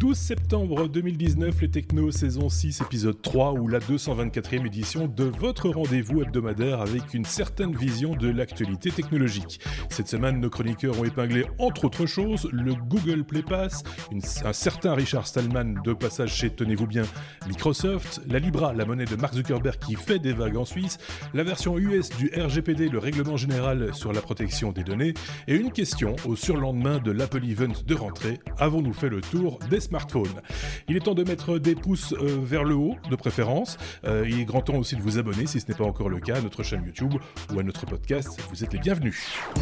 12 septembre 2019, les Technos, saison 6, épisode 3, ou la 224e édition de votre rendez-vous hebdomadaire avec une certaine vision de l'actualité technologique. Cette semaine, nos chroniqueurs ont épinglé, entre autres choses, le Google Play Pass, un certain Richard Stallman de passage chez, tenez-vous bien, Microsoft, la Libra, la monnaie de Mark Zuckerberg qui fait des vagues en Suisse, la version US du RGPD, le règlement général sur la protection des données, et une question au surlendemain de l'Apple Event de rentrée, avons-nous fait le tour des smartphones? Il est temps de mettre des pouces vers le haut, de préférence. Il est grand temps aussi de vous abonner, si ce n'est pas encore le cas, à notre chaîne YouTube ou à notre podcast. Vous êtes les bienvenus.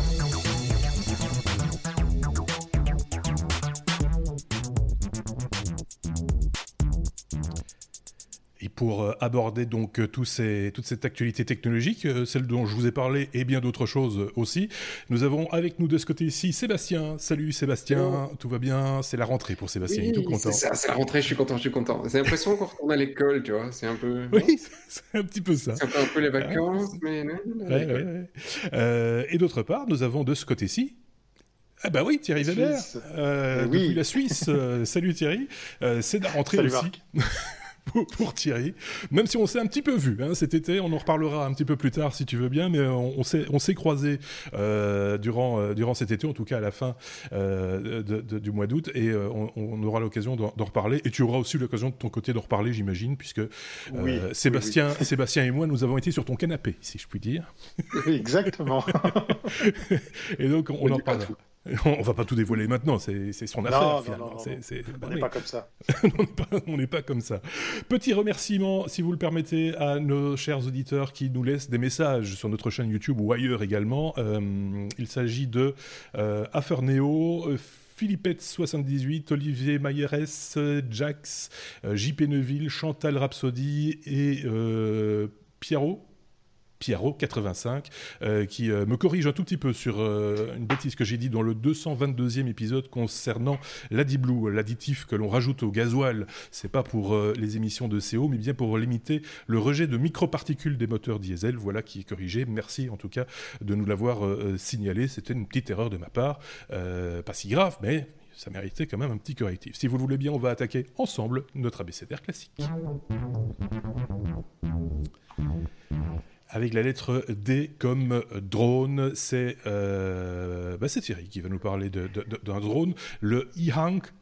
Et pour aborder donc toute cette actualité technologique, celle dont je vous ai parlé et bien d'autres choses aussi, nous avons avec nous de ce côté-ci Sébastien. Salut Sébastien, tout va bien? C'est la rentrée pour Sébastien, il est tout content. C'est ça, c'est la rentrée, je suis content. C'est l'impression qu'on retourne à l'école, tu vois, c'est un peu... Oui, c'est un petit peu ça. C'est un peu les vacances, mais non, ouais. Et d'autre part, nous avons de ce côté-ci ah bah oui, Thierry Weber, depuis la Suisse. Salut Thierry, c'est la rentrée Salut aussi. Pour Thierry, même si on s'est un petit peu vu cet été, on en reparlera un petit peu plus tard si tu veux bien, mais on s'est croisés durant cet été, en tout cas à la fin du mois d'août, et on aura l'occasion d'en reparler, et tu auras aussi l'occasion de ton côté d'en reparler, j'imagine, puisque Sébastien et moi, nous avons été sur ton canapé, si je puis dire. Oui, exactement. Et donc on en parlera. On va pas tout dévoiler maintenant, c'est son affaire. Non. On n'est pas comme ça. On n'est pas comme ça. Petit remerciement, si vous le permettez, à nos chers auditeurs qui nous laissent des messages sur notre chaîne YouTube ou ailleurs également. Il s'agit de Aferneo, Philippette78, Olivier Mayeres, Jax, JP Neuville, Chantal Rhapsody et Pierrot 85 qui me corrige un tout petit peu sur une bêtise que j'ai dit dans le 222e épisode concernant l'AdBlue, l'additif que l'on rajoute au gasoil. C'est pas pour les émissions de CO, mais bien pour limiter le rejet de microparticules des moteurs diesel. Voilà qui est corrigé. Merci en tout cas de nous l'avoir signalé. C'était une petite erreur de ma part. Pas si grave, mais ça méritait quand même un petit correctif. Si vous le voulez bien, on va attaquer ensemble notre abécédaire classique. Avec la lettre D comme drone, c'est Thierry qui va nous parler d'un drone, le e-Hank,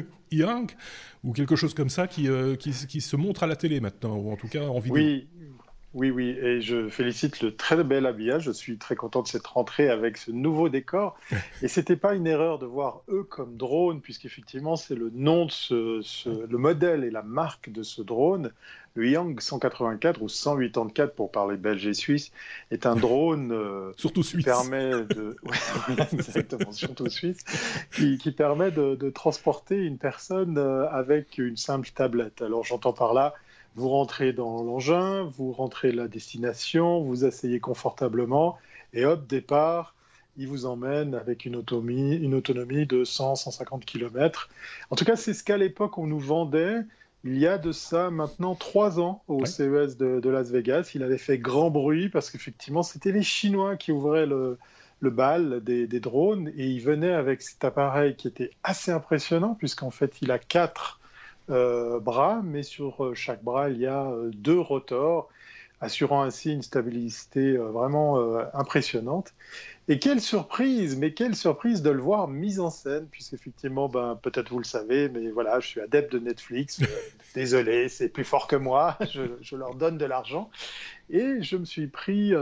ou quelque chose comme ça qui se montre à la télé maintenant, ou en tout cas en vidéo. Oui, et je félicite le très bel habillage, je suis très content de cette rentrée avec ce nouveau décor, et c'était pas une erreur de voir E comme drone, puisqu'effectivement c'est le nom de le modèle et la marque de ce drone. Le Yang 184 ou 184 pour parler belge et suisse est un drone surtout suisse. Qui permet de exactement, surtout suisse, qui permet de transporter une personne avec une simple tablette. Alors j'entends par là, vous rentrez dans l'engin, vous rentrez la destination, vous asseyez confortablement et hop, départ, il vous emmène avec une autonomie de 100-150 km. En tout cas, c'est ce qu'à l'époque on nous vendait. Il y a de ça maintenant 3 ans au CES de Las Vegas. Il avait fait grand bruit parce qu'effectivement, c'était les Chinois qui ouvraient le bal des drones et ils venaient avec cet appareil qui était assez impressionnant puisqu'en fait, il a 4 bras, mais sur chaque bras, il y a 2 rotors, assurant ainsi une stabilité vraiment impressionnante. Et quelle surprise de le voir mis en scène, puisqu'effectivement, peut-être vous le savez, mais voilà, je suis adepte de Netflix, désolé, c'est plus fort que moi, je leur donne de l'argent. Et je me suis pris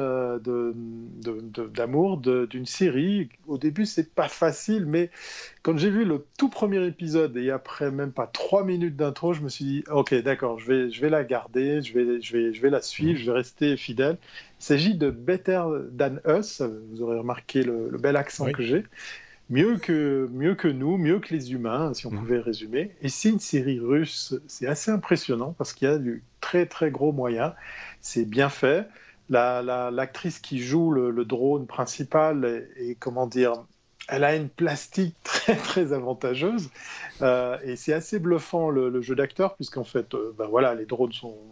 d'amour d'une série. Au début, c'est pas facile, mais quand j'ai vu le tout premier épisode et après même pas 3 minutes d'intro, je me suis dit, ok, d'accord, je vais la garder, je vais la suivre, je vais rester fidèle. Il s'agit de Better Than Us. Vous aurez remarqué le bel accent que j'ai. Mieux que nous, mieux que les humains, si on pouvait résumer. Et c'est une série russe, c'est assez impressionnant parce qu'il y a du très très gros moyen. C'est bien fait. L'actrice qui joue le drone principal est comment dire, elle a une plastique très très avantageuse et c'est assez bluffant le jeu d'acteur puisqu'en fait, les drones sont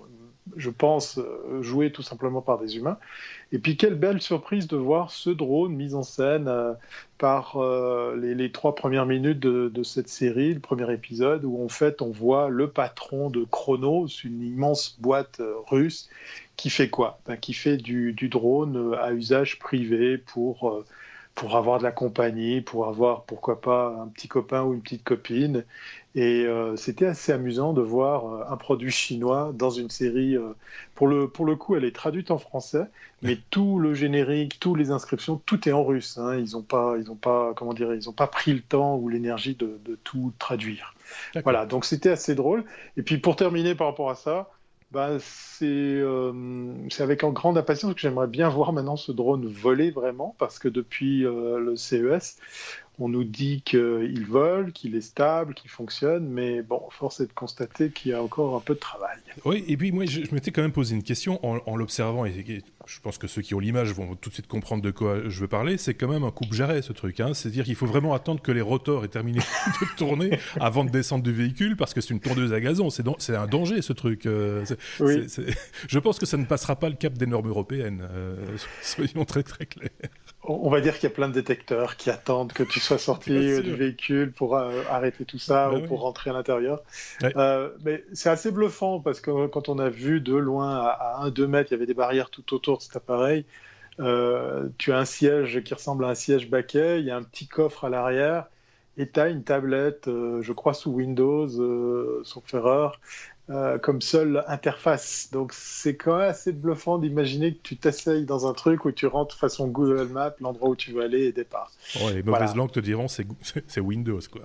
je pense, joué tout simplement par des humains. Et puis, quelle belle surprise de voir ce drone mis en scène par les 3 premières minutes de cette série, le premier épisode, où en fait, on voit le patron de Chronos, une immense boîte russe, qui fait quoi ? Qui fait du drone à usage privé pour avoir de la compagnie, pour avoir, pourquoi pas, un petit copain ou une petite copine. Et c'était assez amusant de voir un produit chinois dans une série. Pour le coup, elle est traduite en français, mais tout le générique, toutes les inscriptions, tout est en russe. Hein. Ils n'ont pas pris le temps ou l'énergie de tout traduire. D'accord. Voilà, donc c'était assez drôle. Et puis pour terminer par rapport à ça, c'est avec grande impatience que j'aimerais bien voir maintenant ce drone voler vraiment, parce que depuis le CES, on nous dit qu'il vole, qu'il est stable, qu'il fonctionne, mais bon, force est de constater qu'il y a encore un peu de travail. Oui, et puis moi, je m'étais quand même posé une question en l'observant, et je pense que ceux qui ont l'image vont tout de suite comprendre de quoi je veux parler. C'est quand même un coupe-jarret, ce truc. Hein. C'est-à-dire qu'il faut vraiment attendre que les rotors aient terminé de tourner avant de descendre du véhicule, parce que c'est une tondeuse à gazon. C'est un danger, ce truc. Oui. Je pense que ça ne passera pas le cap des normes européennes. Soyons très, très clairs. On va dire qu'il y a plein de détecteurs qui attendent que tu sois sorti du véhicule pour arrêter tout ça ou pour rentrer à l'intérieur. Ouais. Mais c'est assez bluffant parce que quand on a vu de loin, à 1-2 mètres, il y avait des barrières tout autour de cet appareil. Tu as un siège qui ressemble à un siège baquet, il y a un petit coffre à l'arrière et tu as une tablette, je crois sous Windows, sauf erreur, comme seule interface. Donc c'est quand même assez bluffant d'imaginer que tu t'essayes dans un truc où tu rentres façon Google Maps, l'endroit où tu veux aller et départ. Oh, les mauvaises langues te diront c'est Windows, quoi.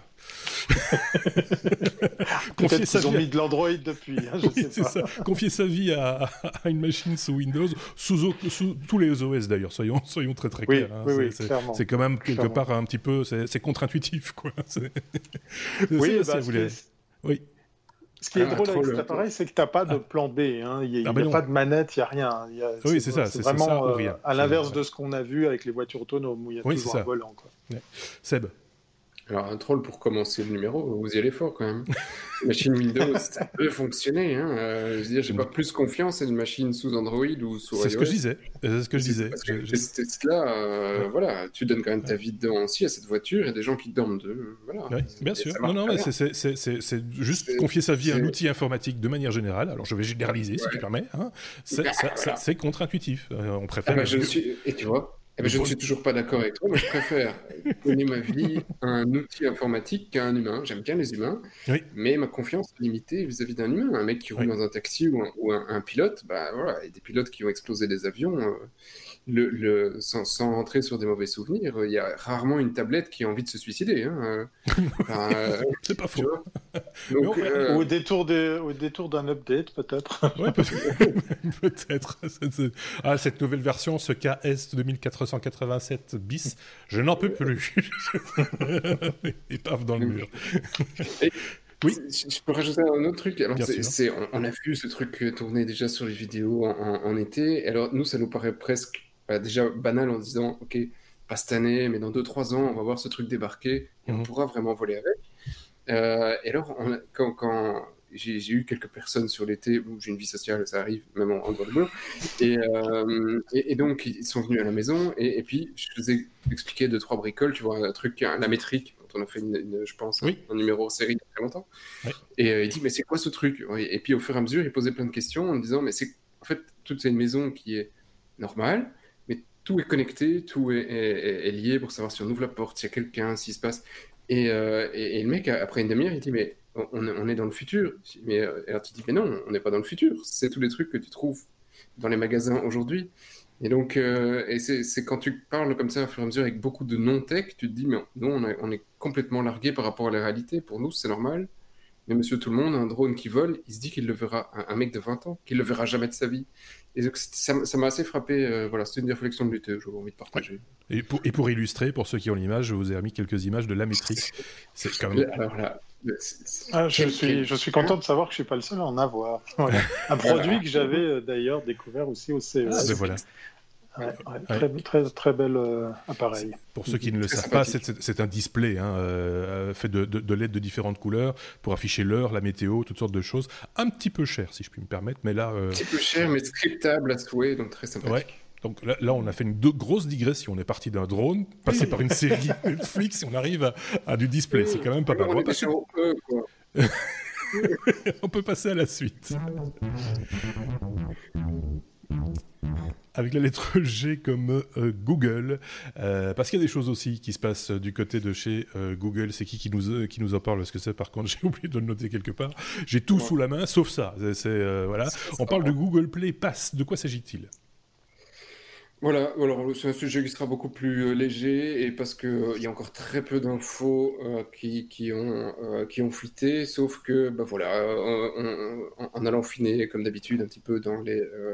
Peut-être qu'ils ont mis de l'Android depuis, hein, je sais pas. Ça. Confier sa vie à une machine sous Windows, sous tous les OS d'ailleurs, soyons très très clairs. Hein. Oui, clairement. C'est quand même quelque part un petit peu, c'est contre-intuitif, quoi. Oui, oui. Ce qui est drôle avec cet appareil, c'est que tu n'as pas de plan B. Hein. Il n'y a pas de manette, il n'y a rien. Oui, c'est ça. C'est vraiment ça ou rien. À l'inverse de ce qu'on a vu avec les voitures autonomes, où il y a toujours un volant. Quoi. Ouais. Seb. Alors, un troll pour commencer le numéro, vous y allez fort quand même. Machine Windows, ça peut fonctionner. Hein. Je veux dire, j'ai pas plus confiance à une machine sous Android ou sous iOS. C'est ce que je disais. Parce que ces tests-là, voilà, tu donnes quand même ta vie dedans aussi à cette voiture, il y a des gens qui dorment de... Voilà. Oui, bien sûr. Non, mais c'est juste confier sa vie à un outil informatique de manière générale. Alors, je vais généraliser, si tu permets. Hein. C'est contre-intuitif. On préfère... Et tu vois je ne suis toujours pas d'accord avec toi, mais je préfère donner ma vie à un outil informatique qu'à un humain. J'aime bien les humains, mais ma confiance est limitée vis-à-vis d'un humain. Un mec qui roule dans un taxi ou un pilote, voilà, et des pilotes qui ont explosé des avions, sans rentrer sur des mauvais souvenirs, il y a rarement une tablette qui a envie de se suicider. Hein. C'est pas faux. Donc, au détour d'un update, peut-être. Ouais, peut-être. Cette nouvelle version, ce KS 2487 bis, je n'en peux plus. Et paf dans le mur. Oui, je peux rajouter un autre truc. Alors, on a vu ce truc tourner déjà sur les vidéos en été. Alors, nous, ça nous paraît presque déjà banal en disant, OK, pas cette année, mais dans 2-3 ans, on va voir ce truc débarquer et on pourra vraiment voler avec. Et alors, quand j'ai eu quelques personnes sur l'été où j'ai une vie sociale, ça arrive, même en dehors de boulot. Et donc, ils sont venus à la maison et puis je faisais expliquer 2-3 bricoles, tu vois, un truc, la métrique. On a fait, je pense, un numéro série il y a très longtemps. Oui. Et il dit, mais c'est quoi ce truc ? Et puis, au fur et à mesure, il posait plein de questions en disant, mais en fait, toute c'est une maison qui est normale, mais tout est connecté, tout est lié pour savoir si on ouvre la porte, s'il y a quelqu'un, s'il se passe. Et le mec, après une demi-heure, il dit, mais on est dans le futur. Mais alors tu dis, mais non, on n'est pas dans le futur. C'est tous les trucs que tu trouves dans les magasins aujourd'hui. Et donc, c'est quand tu parles comme ça au fur et à mesure avec beaucoup de non-tech, tu te dis, mais nous, on est complètement largué par rapport à la réalité. Pour nous, c'est normal. Mais monsieur tout le monde, un drone qui vole, il se dit qu'il le verra, un mec de 20 ans, qu'il le verra jamais de sa vie. Et donc, ça m'a assez frappé. Voilà, c'était une réflexion de l'été, j'avais envie de partager. Et pour illustrer, pour ceux qui ont l'image, je vous ai remis quelques images de la métrique. C'est quand même... Alors là, je suis content de savoir que je ne suis pas le seul à en avoir. Voilà. Un produit que j'avais d'ailleurs découvert aussi au CES. Voilà. Très bel appareil. Pour ceux qui ne le savent pas, c'est un display fait de LED de différentes couleurs pour afficher l'heure, la météo, toutes sortes de choses. Un petit peu cher, si je puis me permettre, mais là... Un petit peu cher, mais scriptable à souhait, donc très sympathique. Ouais. Donc là, on a fait une grosse digression. On est parti d'un drone, passé par une série Netflix, et on arrive à du display. C'est quand même pas mal. On peut passer à la suite. Avec la lettre G comme Google, parce qu'il y a des choses aussi qui se passent du côté de chez Google. C'est qui nous en parle? Parce que ça, par contre, j'ai oublié de le noter quelque part. J'ai tout sous la main, sauf ça. Voilà. On parle de Google Play Pass. De quoi s'agit-il? Voilà, alors c'est un sujet qui sera beaucoup plus léger, et parce que il y a encore très peu d'infos qui ont fuité, sauf que voilà, en allant finer comme d'habitude un petit peu dans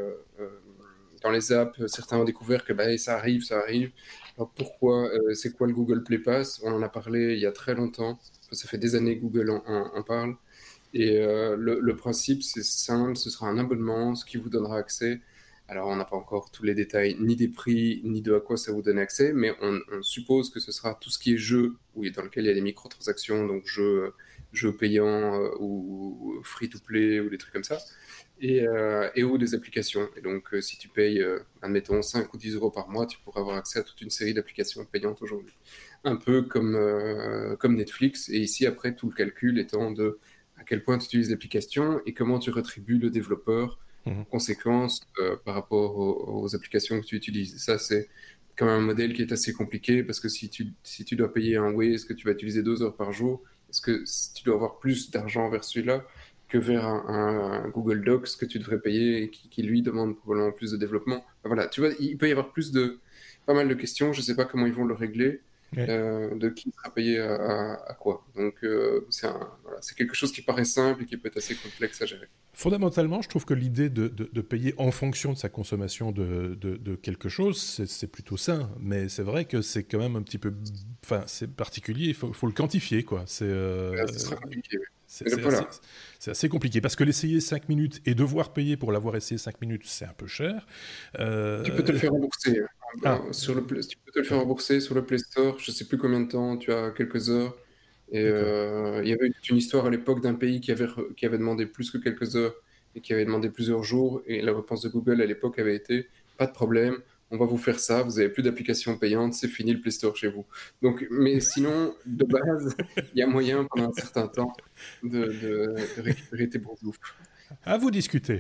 les apps, certains ont découvert que ça arrive. Alors pourquoi? C'est quoi le Google Play Pass? On en a parlé il y a très longtemps. Ça fait des années que Google en parle. Et le principe, c'est simple, ce sera un abonnement, ce qui vous donnera accès. Alors, on n'a pas encore tous les détails, ni des prix, ni de à quoi ça vous donne accès, mais on suppose que ce sera tout ce qui est jeu, dans lequel il y a des microtransactions, donc jeux payants ou free-to-play ou des trucs comme ça, et ou des applications. Et donc, si tu payes, admettons, 5 ou 10 euros par mois, tu pourras avoir accès à toute une série d'applications payantes aujourd'hui. Un peu comme Netflix, et ici, après, tout le calcul étant de à quel point tu utilises l'application et comment tu rétribues le développeur conséquences par rapport aux applications que tu utilises. Et ça, c'est quand même un modèle qui est assez compliqué, parce que si tu dois payer un Way, est-ce que tu vas utiliser 2 heures par jour? Est-ce que tu dois avoir plus d'argent vers celui-là que vers un Google Docs que tu devrais payer et qui lui demande probablement plus de développement? Voilà, tu vois, il peut y avoir pas mal de questions. Je ne sais pas comment ils vont le régler. De qui sera payé à quoi. Donc c'est quelque chose qui paraît simple et qui peut être assez complexe à gérer. Fondamentalement, je trouve que l'idée de payer en fonction de sa consommation de quelque chose, c'est plutôt sain, mais c'est vrai que c'est quand même un petit peu... Enfin, c'est particulier, il faut le quantifier, quoi. C'est sera compliqué, oui. C'est assez compliqué, parce que l'essayer 5 minutes et devoir payer pour l'avoir essayé 5 minutes, c'est un peu cher. Tu peux te le faire rembourser. Tu peux te le faire rembourser sur le Play Store, je ne sais plus combien de temps, tu as quelques heures. Et il y avait une histoire à l'époque d'un pays qui avait demandé plus que quelques heures et qui avait demandé plusieurs jours. Et la réponse de Google à l'époque avait été « Pas de problème, on va vous faire ça, vous n'avez plus d'application payante, c'est fini le Play Store chez vous. » Donc, mais sinon, de base, il y a moyen pendant un certain temps de récupérer tes boursoufles. À vous discuter.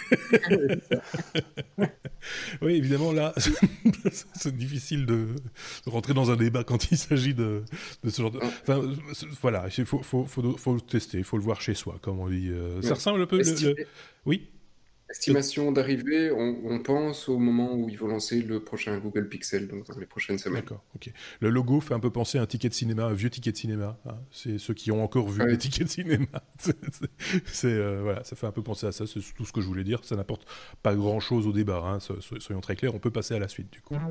Oui, évidemment, là, c'est difficile de rentrer dans un débat quand il s'agit de ce genre de... Enfin, voilà, il faut le tester, il faut le voir chez soi, comme on dit. Ça ressemble un peu... Oui. Estimation d'arrivée, on pense au moment où ils vont lancer le prochain Google Pixel, donc dans les prochaines semaines. D'accord, ok. Le logo fait un peu penser à un ticket de cinéma, un vieux ticket de cinéma. Hein. C'est ceux qui ont encore vu des tickets de cinéma. Voilà, ça fait un peu penser à ça, c'est tout ce que je voulais dire. Ça n'apporte pas grand-chose au débat, hein. Soyons très clairs, on peut passer à la suite du coup.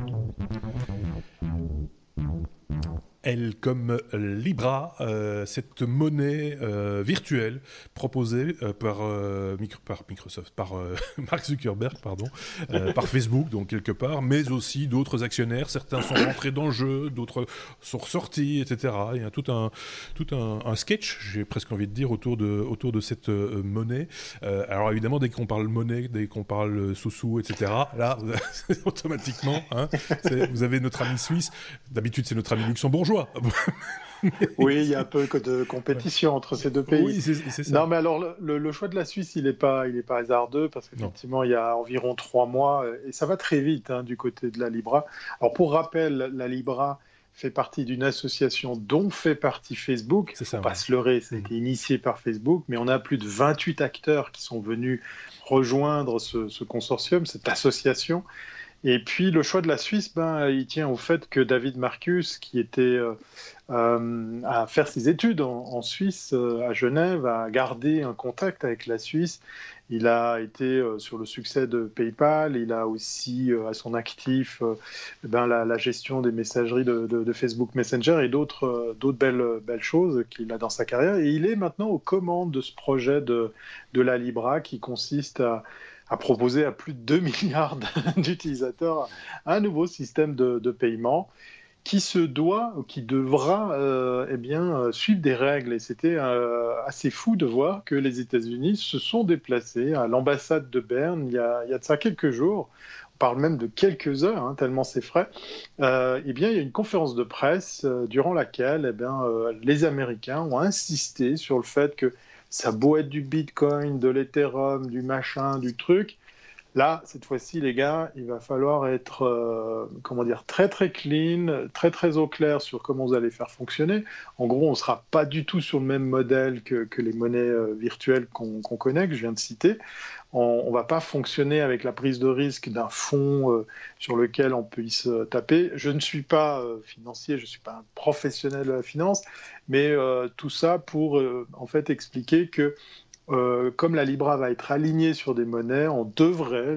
Elle comme Libra, cette monnaie virtuelle proposée par Microsoft, par Mark Zuckerberg, par Facebook, donc quelque part, mais aussi d'autres actionnaires. Certains sont rentrés dans le jeu, d'autres sont ressortis, etc. Il y a tout un sketch, j'ai presque envie de dire, autour de cette monnaie. Alors évidemment, dès qu'on parle monnaie, dès qu'on parle sous-sous, etc., là, automatiquement, hein, vous avez notre ami suisse. D'habitude, c'est notre ami luxembourgeois. Oui, il y a un peu de compétition entre ces deux pays. Oui, c'est ça. Non, mais alors le choix de la Suisse, il n'est pas hasardeux, parce qu'effectivement, il y a environ 3 mois, et ça va très vite du côté de la Libra. Alors pour rappel, la Libra fait partie d'une association dont fait partie Facebook. Il ne faut pas se leurrer, ça a été initié par Facebook, mais on a plus de 28 acteurs qui sont venus rejoindre ce consortium, cette association. Et puis le choix de la Suisse, il tient au fait que David Marcus, qui était à faire ses études en Suisse, à Genève, a gardé un contact avec la Suisse. Il a été sur le succès de PayPal, il a aussi à son actif la gestion des messageries de Facebook Messenger et d'autres belles choses qu'il a dans sa carrière. Et il est maintenant aux commandes de ce projet de la Libra qui consiste a proposé à plus de 2 milliards d'utilisateurs un nouveau système de paiement qui devra suivre des règles. Et c'était assez fou de voir que les États-Unis se sont déplacés à l'ambassade de Berne il y a de ça quelques jours. On parle même de quelques heures, tellement c'est frais. Il y a une conférence de presse durant laquelle les Américains ont insisté sur le fait que ça a beau être du Bitcoin, de l'Ethereum, du machin, du truc. Là, cette fois-ci, les gars, il va falloir être très très clean, très très au clair sur comment vous allez faire fonctionner. En gros, on ne sera pas du tout sur le même modèle que les monnaies virtuelles qu'on connaît, que je viens de citer. On ne va pas fonctionner avec la prise de risque d'un fonds sur lequel on puisse taper. Je ne suis pas financier, je ne suis pas un professionnel de la finance, mais tout ça pour expliquer que comme la Libra va être alignée sur des monnaies, on devrait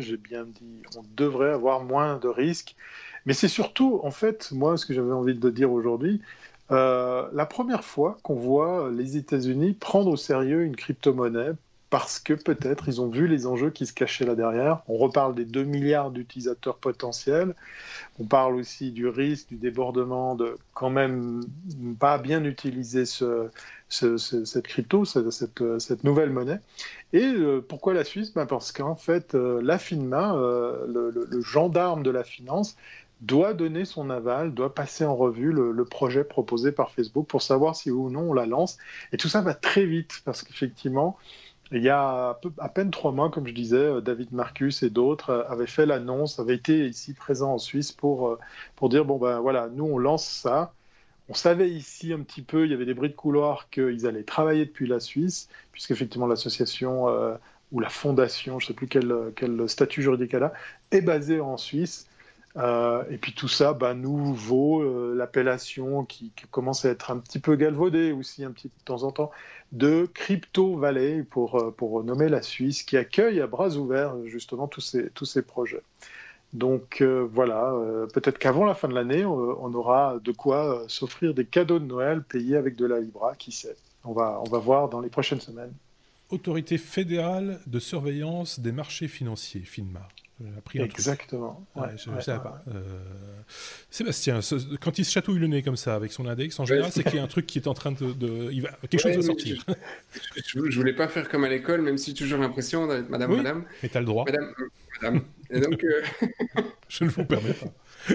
avoir moins de risques. Mais c'est surtout, en fait, moi, ce que j'avais envie de dire aujourd'hui, la première fois qu'on voit les États-Unis prendre au sérieux une crypto-monnaie parce que peut-être ils ont vu les enjeux qui se cachaient là derrière. On reparle des 2 milliards d'utilisateurs potentiels. On parle aussi du risque, du débordement, de quand même pas bien utiliser cette crypto, cette nouvelle monnaie. Et pourquoi la Suisse ? Parce qu'en fait, la FINMA, le gendarme de la finance, doit donner son aval, doit passer en revue le projet proposé par Facebook pour savoir si oui ou non on la lance. Et tout ça va très vite, parce qu'effectivement, il y a à peine 3 mois, comme je disais, David Marcus et d'autres avaient fait l'annonce, avaient été ici présents en Suisse pour dire, nous on lance ça. On savait ici un petit peu, il y avait des bruits de couloir qu'ils allaient travailler depuis la Suisse, puisqu'effectivement l'association ou la fondation, je ne sais plus quel statut juridique elle a, est basée en Suisse. Et puis tout ça nous vaut l'appellation qui commence à être un petit peu galvaudée aussi un petit de temps en temps de Crypto Valley pour nommer la Suisse qui accueille à bras ouverts justement tous ces projets. Donc peut-être qu'avant la fin de l'année on aura de quoi s'offrir des cadeaux de Noël payés avec de la Libra, qui sait. On va voir dans les prochaines semaines. Autorité fédérale de surveillance des marchés financiers, FINMA. Exactement. Je ne savais pas. Sébastien, quand il se chatouille le nez comme ça avec son index, en général, c'est qu'il y a un truc qui est en train quelque chose va sortir. Je voulais pas faire comme à l'école, même si j'ai toujours l'impression d'être madame. Mais tu as le droit. Madame. Et donc, je ne vous permets pas.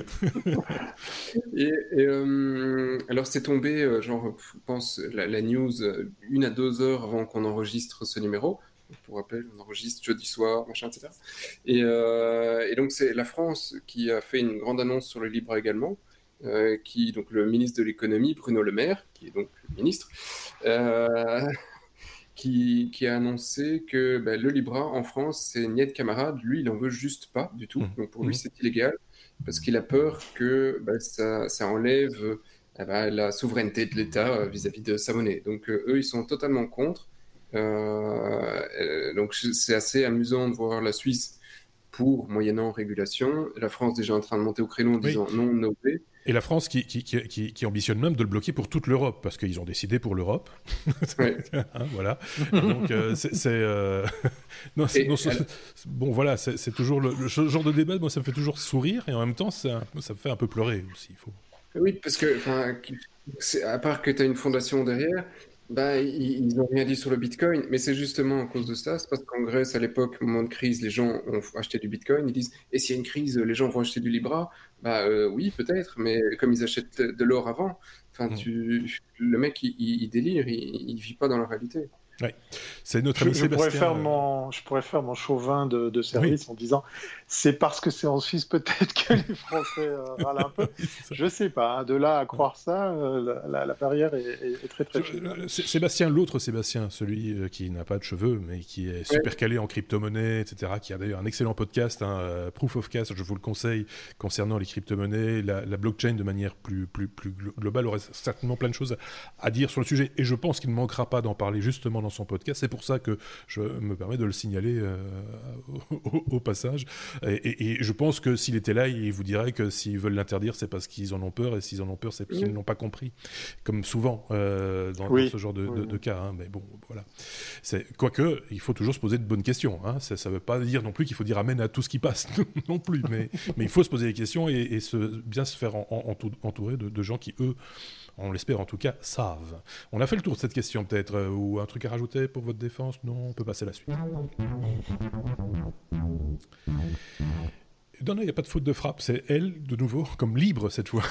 Alors c'est tombé, je pense, la news 1 à 2 heures avant qu'on enregistre ce numéro. Pour rappel, on enregistre jeudi soir, machin, etc. Et donc c'est la France qui a fait une grande annonce sur le Libra également, donc le ministre de l'économie, Bruno Le Maire, qui est donc le ministre, qui a annoncé que le Libra en France, c'est niet camarade, lui il en veut juste pas du tout, donc pour lui c'est illégal, parce qu'il a peur que ça enlève la souveraineté de l'État vis-à-vis de sa monnaie. Donc eux ils sont totalement contre. Donc c'est assez amusant de voir la Suisse pour moyennant régulation, la France déjà en train de monter au créneau en disant non, no way. Et la France qui ambitionne même de le bloquer pour toute l'Europe, parce qu'ils ont décidé pour l'Europe. Voilà. Donc c'est toujours le genre de débat. Moi, ça me fait toujours sourire et en même temps, ça me fait un peu pleurer aussi. Oui, parce que à part que tu as une fondation derrière. Ils n'ont rien dit sur le Bitcoin, mais c'est justement à cause de ça. C'est parce qu'en Grèce, à l'époque, au moment de crise, les gens ont acheté du Bitcoin. Ils disent, et s'il y a une crise, les gens vont acheter du Libra ? Oui, peut-être, mais comme ils achètent de l'or avant, le mec, il délire, il ne vit pas dans la réalité. Ouais. C'est notre ami Sébastien. Je pourrais faire mon chauvin de service en disant c'est parce que c'est en Suisse peut-être que les Français râlent un peu. Je sais pas. De là à croire ça, la barrière est très très fine. Sébastien, l'autre Sébastien, celui qui n'a pas de cheveux mais qui est super calé en crypto-monnaie, etc., qui a d'ailleurs un excellent podcast, Proof of Cast, je vous le conseille, concernant les crypto-monnaies, la blockchain de manière plus globale, aurait certainement plein de choses à dire sur le sujet, et je pense qu'il ne manquera pas d'en parler justement pendant son podcast. C'est pour ça que je me permets de le signaler au passage. Et je pense que s'il était là, il vous dirait que s'ils veulent l'interdire, c'est parce qu'ils en ont peur, et s'ils en ont peur, c'est parce qu'ils ne l'ont pas compris, comme souvent dans ce genre de cas. Hein. Mais bon, voilà. Quoique, il faut toujours se poser de bonnes questions. Hein. Ça ne veut pas dire non plus qu'il faut dire amen à tout ce qui passe non plus, mais il faut se poser des questions et bien se faire entourer de gens qui, eux, on l'espère en tout cas, savent. On a fait le tour de cette question peut-être, ou un truc à rajouter pour votre défense? Non, on peut passer à la suite. Non, il n'y a pas de faute de frappe, c'est elle, de nouveau, comme libre cette fois.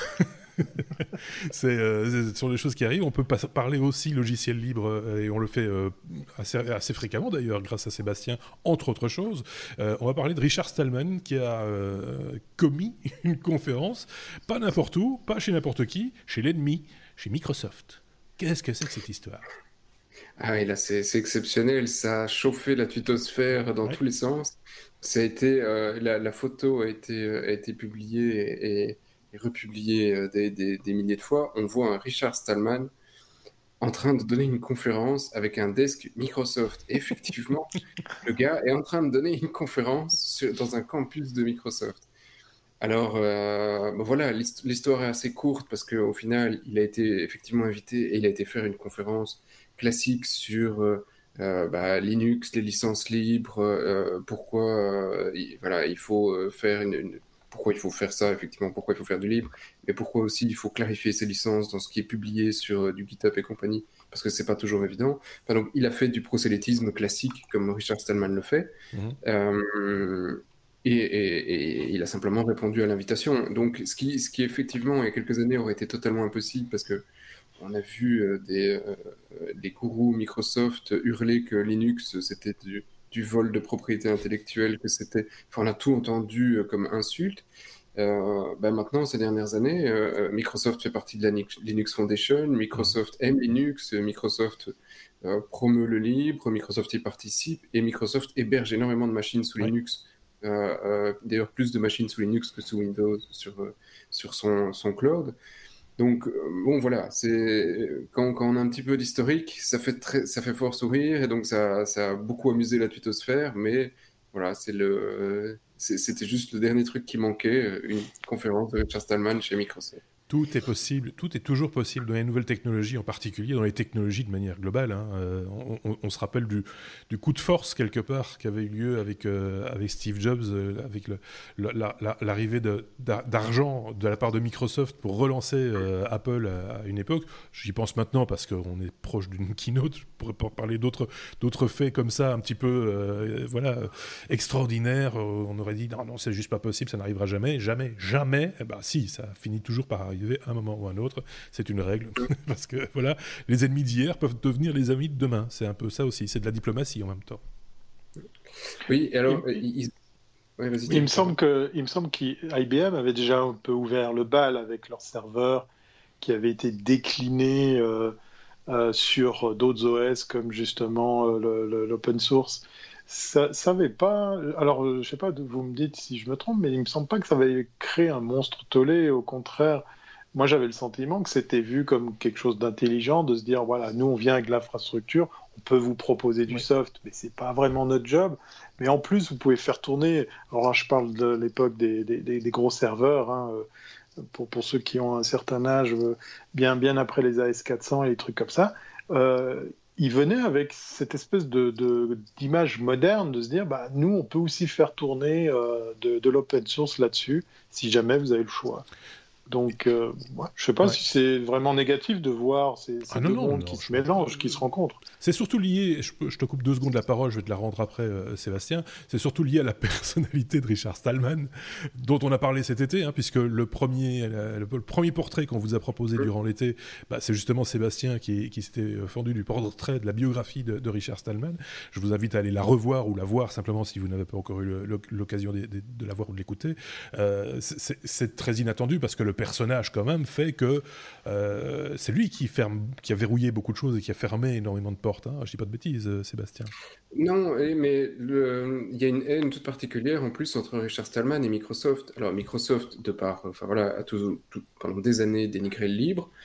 Ce sont des choses qui arrivent. On peut parler aussi logiciel libre, et on le fait assez fréquemment d'ailleurs, grâce à Sébastien, entre autres choses. On va parler de Richard Stallman, qui a commis une conférence, pas n'importe où, pas chez n'importe qui, chez l'ennemi, chez Microsoft. Qu'est-ce que c'est que cette histoire? Ah oui, là c'est exceptionnel, ça a chauffé la twittosphère dans tous les sens. Ça a été, la photo a été publiée et republiée des milliers de fois. On voit un Richard Stallman en train de donner une conférence avec un desk Microsoft. Et effectivement, le gars est en train de donner une conférence dans un campus de Microsoft. Alors, voilà, l'histoire est assez courte parce qu'au final, il a été effectivement invité et il a été faire une conférence classique sur Linux, les licences libres, pourquoi il faut faire pourquoi il faut faire ça, effectivement, pourquoi il faut faire du libre, mais pourquoi aussi il faut clarifier ses licences dans ce qui est publié sur du GitHub et compagnie, parce que c'est pas toujours évident. Enfin, donc, il a fait du prosélytisme classique, comme Richard Stallman le fait. Et il a simplement répondu à l'invitation. Donc, ce qui effectivement, il y a quelques années, aurait été totalement impossible, parce que on a vu des gourous Microsoft hurler que Linux, c'était du vol de propriété intellectuelle, que c'était... Enfin, on a tout entendu comme insulte. Maintenant, ces dernières années, Microsoft fait partie de la Linux Foundation, Microsoft aime Linux, Microsoft promeut le libre, Microsoft y participe, et Microsoft héberge énormément de machines sous Linux. D'ailleurs, plus de machines sous Linux que sous Windows sur son cloud. Donc, bon, voilà, quand on a un petit peu d'historique, ça fait fort sourire, et donc ça a beaucoup amusé la twittosphère, mais voilà, c'était juste le dernier truc qui manquait, une conférence de Richard Stallman chez Microsoft. Tout est possible, tout est toujours possible dans les nouvelles technologies, en particulier dans les technologies de manière globale. Hein. On se rappelle du coup de force quelque part qui avait eu lieu avec Steve Jobs, avec l'arrivée d'argent de la part de Microsoft pour relancer Apple à une époque. J'y pense maintenant parce qu'on est proche d'une keynote. Je pourrais pas parler d'autres faits comme ça, un petit peu extraordinaires. On aurait dit non, c'est juste pas possible, ça n'arrivera jamais. Eh ben si, ça finit toujours par arriver à un moment ou à un autre, c'est une règle, parce que voilà, les ennemis d'hier peuvent devenir les amis de demain, c'est un peu ça aussi, c'est de la diplomatie en même temps. Oui, alors... Il me semble qu'IBM avait déjà un peu ouvert le bal avec leur serveur qui avait été décliné sur d'autres OS comme justement l'open source. Ça n'avait pas... Alors, je ne sais pas, vous me dites si je me trompe, mais il ne me semble pas que ça avait créé un monstre tollé. Au contraire, moi, j'avais le sentiment que c'était vu comme quelque chose d'intelligent, de se dire, voilà, nous, on vient avec l'infrastructure, on peut vous proposer du soft, mais ce n'est pas vraiment notre job. Mais en plus, vous pouvez faire tourner... Alors là, je parle de l'époque des gros serveurs, hein, pour ceux qui ont un certain âge, bien après les AS400 et les trucs comme ça. Il venait avec cette espèce d'image moderne de se dire, nous, on peut aussi faire tourner de l'open source là-dessus, si jamais vous avez le choix. Donc, je ne sais pas si c'est vraiment négatif de voir ces deux mondes qui se mélangent, qui se rencontrent. C'est surtout lié, je te coupe 2 secondes la parole, je vais te la rendre après, Sébastien, c'est surtout lié à la personnalité de Richard Stallman, dont on a parlé cet été, hein, puisque le premier portrait qu'on vous a proposé durant l'été, c'est justement Sébastien qui s'était fendu du portrait de la biographie de Richard Stallman. Je vous invite à aller la revoir ou la voir simplement si vous n'avez pas encore eu l'occasion de la voir ou de l'écouter. C'est très inattendu parce que le personnage quand même fait que c'est lui qui a verrouillé beaucoup de choses et qui a fermé énormément de portes. Hein. Je dis pas de bêtises, Sébastien. Non, mais il y a une haine toute particulière en plus entre Richard Stallman et Microsoft. Alors Microsoft, de part, pendant des années dénigré le libre.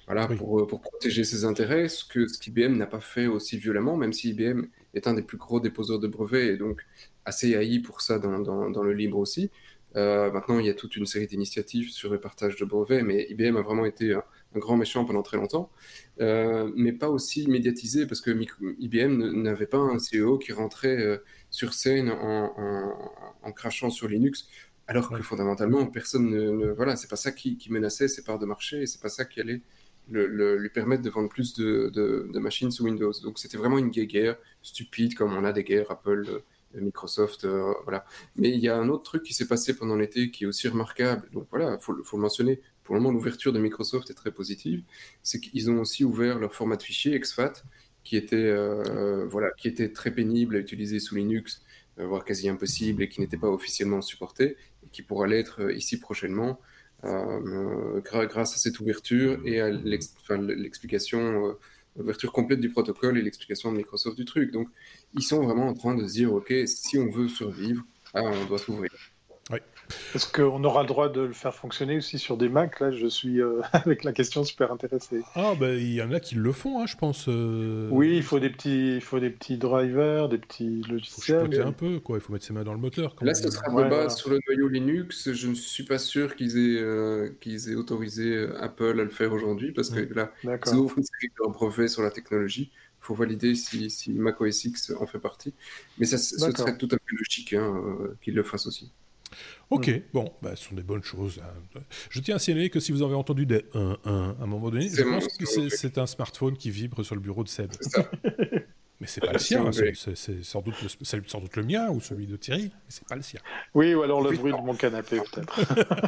voilà, pour protéger ses intérêts, ce qu'IBM n'a pas fait aussi violemment, même si IBM est un des plus gros déposeurs de brevets et donc assez haï pour ça dans le libre aussi. Maintenant, il y a toute une série d'initiatives sur le partage de brevets, mais IBM a vraiment été un grand méchant pendant très longtemps, mais pas aussi médiatisé, parce que IBM n'avait pas un CEO qui rentrait sur scène en crachant sur Linux, alors que fondamentalement, personne voilà, c'est pas ça qui menaçait ses parts de marché, et c'est pas ça qui allait lui permettre de vendre plus de machines sous Windows. Donc c'était vraiment une guerre stupide, comme on a des guerres Apple, Microsoft, voilà. Mais il y a un autre truc qui s'est passé pendant l'été qui est aussi remarquable, donc voilà, faut le mentionner. Pour le moment, l'ouverture de Microsoft est très positive. C'est qu'ils ont aussi ouvert leur format de fichier exFAT, qui était très pénible à utiliser sous Linux, voire quasi impossible, et qui n'était pas officiellement supporté, et qui pourra l'être ici prochainement, grâce à cette ouverture et à l'explication, l'ouverture complète du protocole et l'explication de Microsoft du truc. Donc, ils sont vraiment en train de se dire, OK, si on veut survivre, on doit s'ouvrir. Oui. Est-ce qu'on aura le droit de le faire fonctionner aussi sur des Mac? Là, je suis avec la question super intéressé. Ah, il y en a qui le font, je pense. Oui, il faut des petits drivers, des petits logiciels. Il faut chipoter un peu, quoi. Il faut mettre ses mains dans le moteur. Là, ce sera de base sur le noyau Linux. Je ne suis pas sûr qu'ils aient autorisé Apple à le faire aujourd'hui, parce que là, ils ouvrent une série de brevets sur la technologie. Il faut valider si Mac OS X en fait partie. Mais ce serait tout à fait logique qu'ils le fassent aussi. Ok, bon, ce sont des bonnes choses. Je tiens à signaler que si vous avez entendu des 1-1 à un moment donné, je pense que c'est un smartphone qui vibre sur le bureau de Seb. C'est ça. Mais c'est pas le sien, c'est sans doute le mien ou celui de Thierry, mais c'est pas le sien. Oui, ou alors le bruit de mon canapé, peut-être.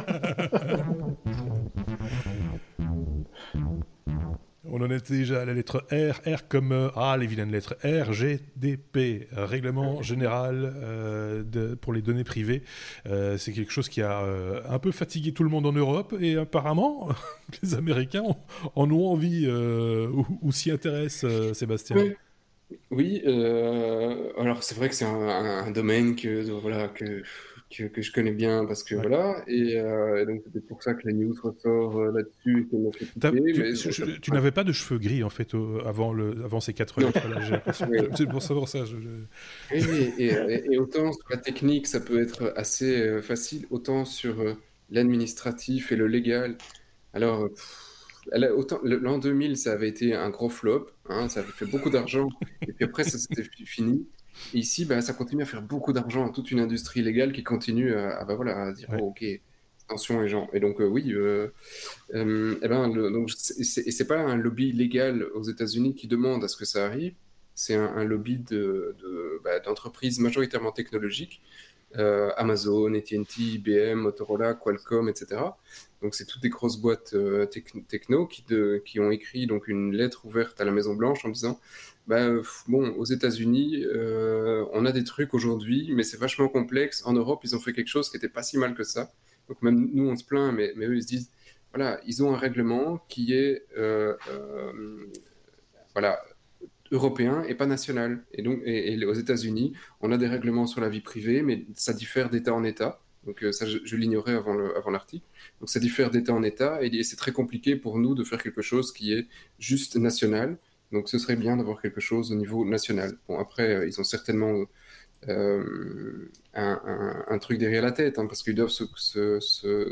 On en était déjà à la lettre R comme les vilaines lettres RGDP, Règlement Général pour les données privées. C'est quelque chose qui a un peu fatigué tout le monde en Europe, et apparemment, les Américains en ont envie ou s'y intéressent, Sébastien. Oui, alors c'est vrai que c'est un domaine que je connais bien, parce que voilà, et donc c'est pour ça que la news ressort là-dessus. Tu n'avais pas de cheveux gris en fait avant ces 4 lettres-là, j'ai l'impression. Oui. C'est pour ça. Oui, et autant sur la technique ça peut être assez facile, autant sur l'administratif et le légal. Alors, autant l'an 2000 ça avait été un gros flop, ça avait fait beaucoup d'argent, et puis après ça c'était fini. Et ici, ça continue à faire beaucoup d'argent, toute une industrie légale qui continue à dire ok, attention les gens. Et donc c'est pas un lobby légal aux États-Unis qui demande à ce que ça arrive, c'est un lobby d'entreprises majoritairement technologiques, Amazon, AT&T, IBM, Motorola, Qualcomm, etc. Donc c'est toutes des grosses boîtes techno qui ont écrit donc une lettre ouverte à la Maison Blanche en disant aux États-Unis, on a des trucs aujourd'hui, mais c'est vachement complexe. En Europe, ils ont fait quelque chose qui n'était pas si mal que ça. Donc même nous, on se plaint, mais eux, ils se disent, voilà, ils ont un règlement qui est européen et pas national. Et donc, et aux États-Unis, on a des règlements sur la vie privée, mais ça diffère d'État en État. Donc ça, je l'ignorais avant l'article. Donc ça diffère d'État en État, et c'est très compliqué pour nous de faire quelque chose qui est juste national. Donc ce serait bien d'avoir quelque chose au niveau national. Bon, après, ils ont certainement un truc derrière la tête, parce qu'ils doivent se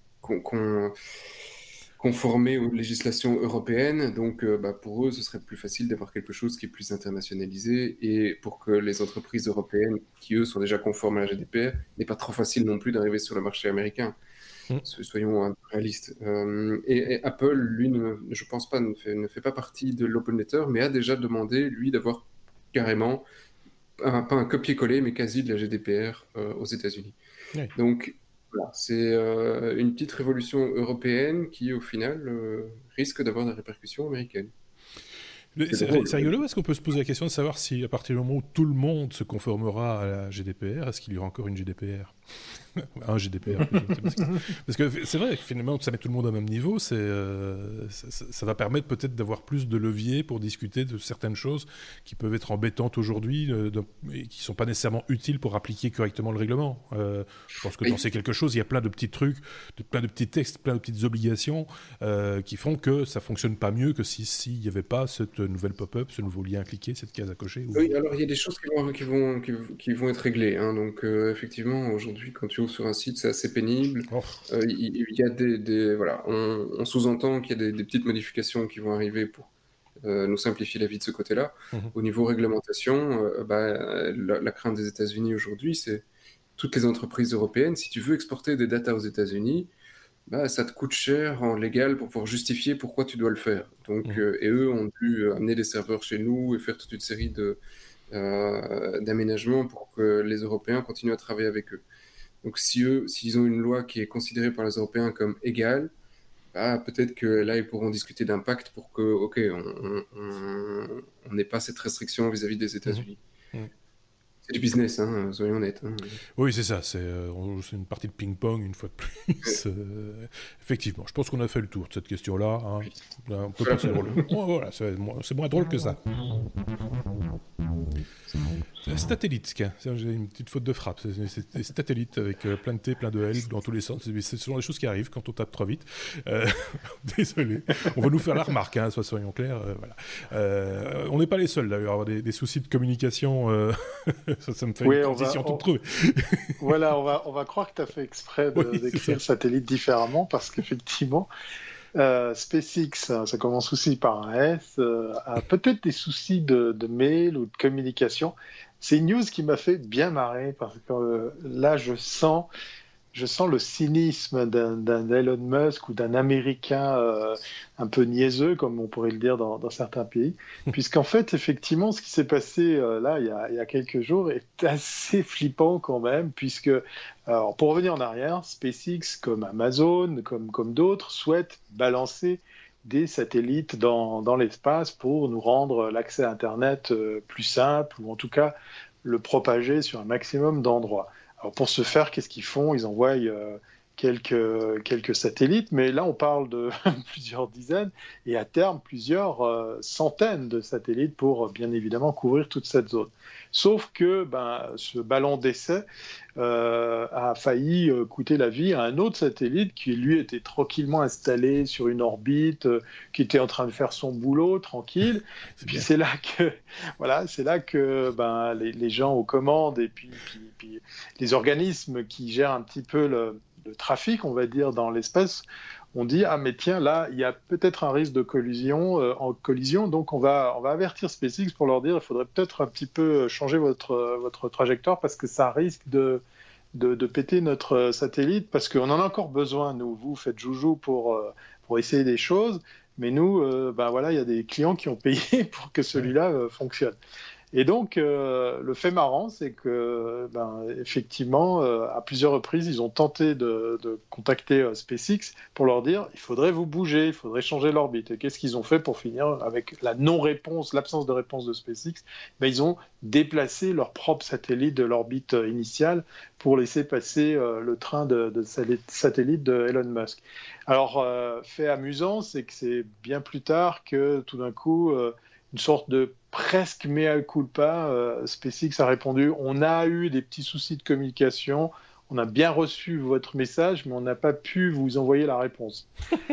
conformer aux législations européennes. Donc pour eux, ce serait plus facile d'avoir quelque chose qui est plus internationalisé, et pour que les entreprises européennes, qui eux sont déjà conformes à la GDPR, n'est pas trop facile non plus d'arriver sur le marché américain. Soyons réalistes. Et Apple, lui, je pense pas, ne fait pas partie de l'Open Letter, mais a déjà demandé, lui, d'avoir carrément, pas un copier-coller, mais quasi de la GDPR aux États-Unis. Oui. Donc, voilà, c'est une petite révolution européenne qui, au final, risque d'avoir des répercussions américaines. C'est rigolo, parce qu'on peut se poser la question de savoir si, à partir du moment où tout le monde se conformera à la GDPR, est-ce qu'il y aura encore une GDPR ? Un GDPR. Parce que c'est vrai que finalement, ça met tout le monde au même niveau. Ça va permettre peut-être d'avoir plus de leviers pour discuter de certaines choses qui peuvent être embêtantes aujourd'hui et qui ne sont pas nécessairement utiles pour appliquer correctement le règlement. Je pense que dans ces quelque chose, il y a plein de petits trucs, plein de petits textes, plein de petites obligations qui font que ça ne fonctionne pas mieux que s'il n'y avait pas cette nouvelle pop-up, ce nouveau lien à cliquer, cette case à cocher. Oui, alors il y a des choses qui vont être réglées. Hein. Donc effectivement, aujourd'hui, quand tu ouvres sur un site, c'est assez pénible. Il y a voilà, on sous-entend qu'il y a des petites modifications qui vont arriver pour nous simplifier la vie de ce côté-là. Au niveau réglementation, la crainte des États-Unis aujourd'hui, c'est toutes les entreprises européennes. Si tu veux exporter des datas aux États-Unis, ça te coûte cher en légal pour pouvoir justifier pourquoi tu dois le faire. Donc, et eux ont dû amener des serveurs chez nous et faire toute une série d'aménagements pour que les Européens continuent à travailler avec eux. Donc s'ils ont une loi qui est considérée par les Européens comme égale, peut-être que là, ils pourront discuter d'impact pour que, on n'ait pas cette restriction vis-à-vis des États-Unis. C'est du business, hein, soyons honnêtes. Hein. Oui, c'est ça. C'est une partie de ping-pong, une fois de plus. Effectivement, je pense qu'on a fait le tour de cette question-là. Hein. Là, on peut passer sur le... voilà, c'est moins drôle que ça. Satellite, j'ai une petite faute de frappe. C'est satellite avec plein de T, plein de L dans tous les sens. C'est souvent des choses qui arrivent quand on tape trop vite. Désolé. On va nous faire la remarque, hein, soyons clairs. Voilà. On n'est pas les seuls d'ailleurs à avoir des soucis de communication. Ça me fait une transition toute trouvée. Voilà, on va croire que tu as fait exprès d'écrire satellite différemment parce qu'effectivement, SpaceX, ça commence aussi par un S, a peut-être des soucis de mail ou de communication. C'est une news qui m'a fait bien marrer parce que là, je sens le cynisme d'un Elon Musk ou d'un Américain un peu niaiseux, comme on pourrait le dire dans certains pays, puisqu'en fait, effectivement, ce qui s'est passé là, il y a quelques jours, est assez flippant quand même, puisque, alors, pour revenir en arrière, SpaceX, comme Amazon, comme d'autres, souhaitent balancer des satellites dans l'espace pour nous rendre l'accès à Internet plus simple, ou en tout cas le propager sur un maximum d'endroits. Alors pour ce faire, qu'est-ce qu'ils font ? Ils envoient quelques satellites, mais là on parle de plusieurs dizaines et à terme plusieurs centaines de satellites pour bien évidemment couvrir toute cette zone. Sauf que ce ballon d'essai a failli coûter la vie à un autre satellite qui lui était tranquillement installé sur une orbite, qui était en train de faire son boulot tranquille. Puis c'est là que les gens aux commandes et puis les organismes qui gèrent un petit peu le trafic, on va dire, dans l'espace, on dit mais tiens, là il y a peut-être un risque de collision, donc on va avertir SpaceX pour leur dire il faudrait peut-être un petit peu changer votre trajectoire parce que ça risque de péter notre satellite, parce qu'on en a encore besoin, nous. Vous faites joujou pour essayer des choses, mais nous, il y a des clients qui ont payé pour que celui-là fonctionne. Et donc, le fait marrant, c'est que, effectivement, à plusieurs reprises, ils ont tenté de contacter SpaceX pour leur dire il faudrait vous bouger, il faudrait changer l'orbite. Et qu'est-ce qu'ils ont fait pour finir avec la non-réponse, l'absence de réponse de SpaceX ? Ils ont déplacé leur propre satellite de l'orbite initiale pour laisser passer le train de satellite de Elon Musk. Alors, fait amusant, c'est que c'est bien plus tard que, tout d'un coup, une sorte de presque mea culpa, SpaceX a répondu « On a eu des petits soucis de communication, on a bien reçu votre message, mais on n'a pas pu vous envoyer la réponse. »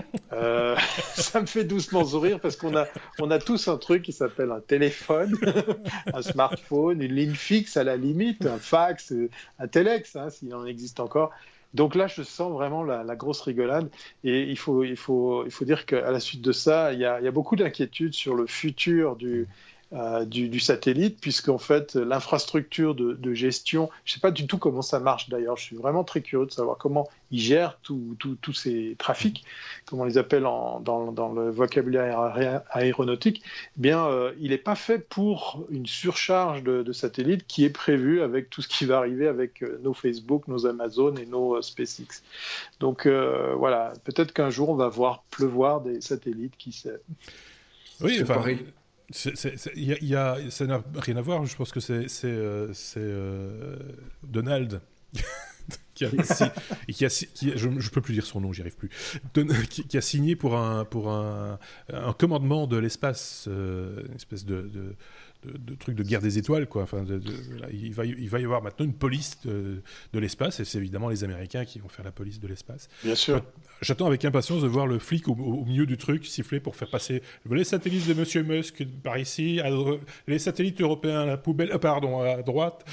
Ça me fait doucement sourire parce qu'on a tous un truc qui s'appelle un téléphone, un smartphone, une ligne fixe à la limite, un fax, un téléx, s'il en existe encore. Donc là, je sens vraiment la grosse rigolade. Et il faut dire qu'à la suite de ça, il y a beaucoup d'inquiétudes sur le futur du satellite, puisqu'en fait, l'infrastructure de gestion, je ne sais pas du tout comment ça marche d'ailleurs, je suis vraiment très curieux de savoir comment ils gèrent tous ces trafics, comment on les appelle dans le vocabulaire aéronautique. Il n'est pas fait pour une surcharge de satellites qui est prévue avec tout ce qui va arriver avec nos Facebook, nos Amazon et nos SpaceX. Donc voilà, peut-être qu'un jour on va voir pleuvoir des satellites, qui sait. Oui, enfin, ça n'a rien à voir. Je pense que c'est Donald je peux plus dire son nom, j'y arrive plus, qui a signé pour un commandement de l'espace, une espèce de truc de guerre des étoiles, quoi. Enfin, là, il va y avoir maintenant une police de l'espace, et c'est évidemment les Américains qui vont faire la police de l'espace. Bien sûr. J'attends avec impatience de voir le flic au milieu du truc siffler pour faire passer les satellites de Monsieur Musk par ici, les satellites européens à la poubelle, à droite.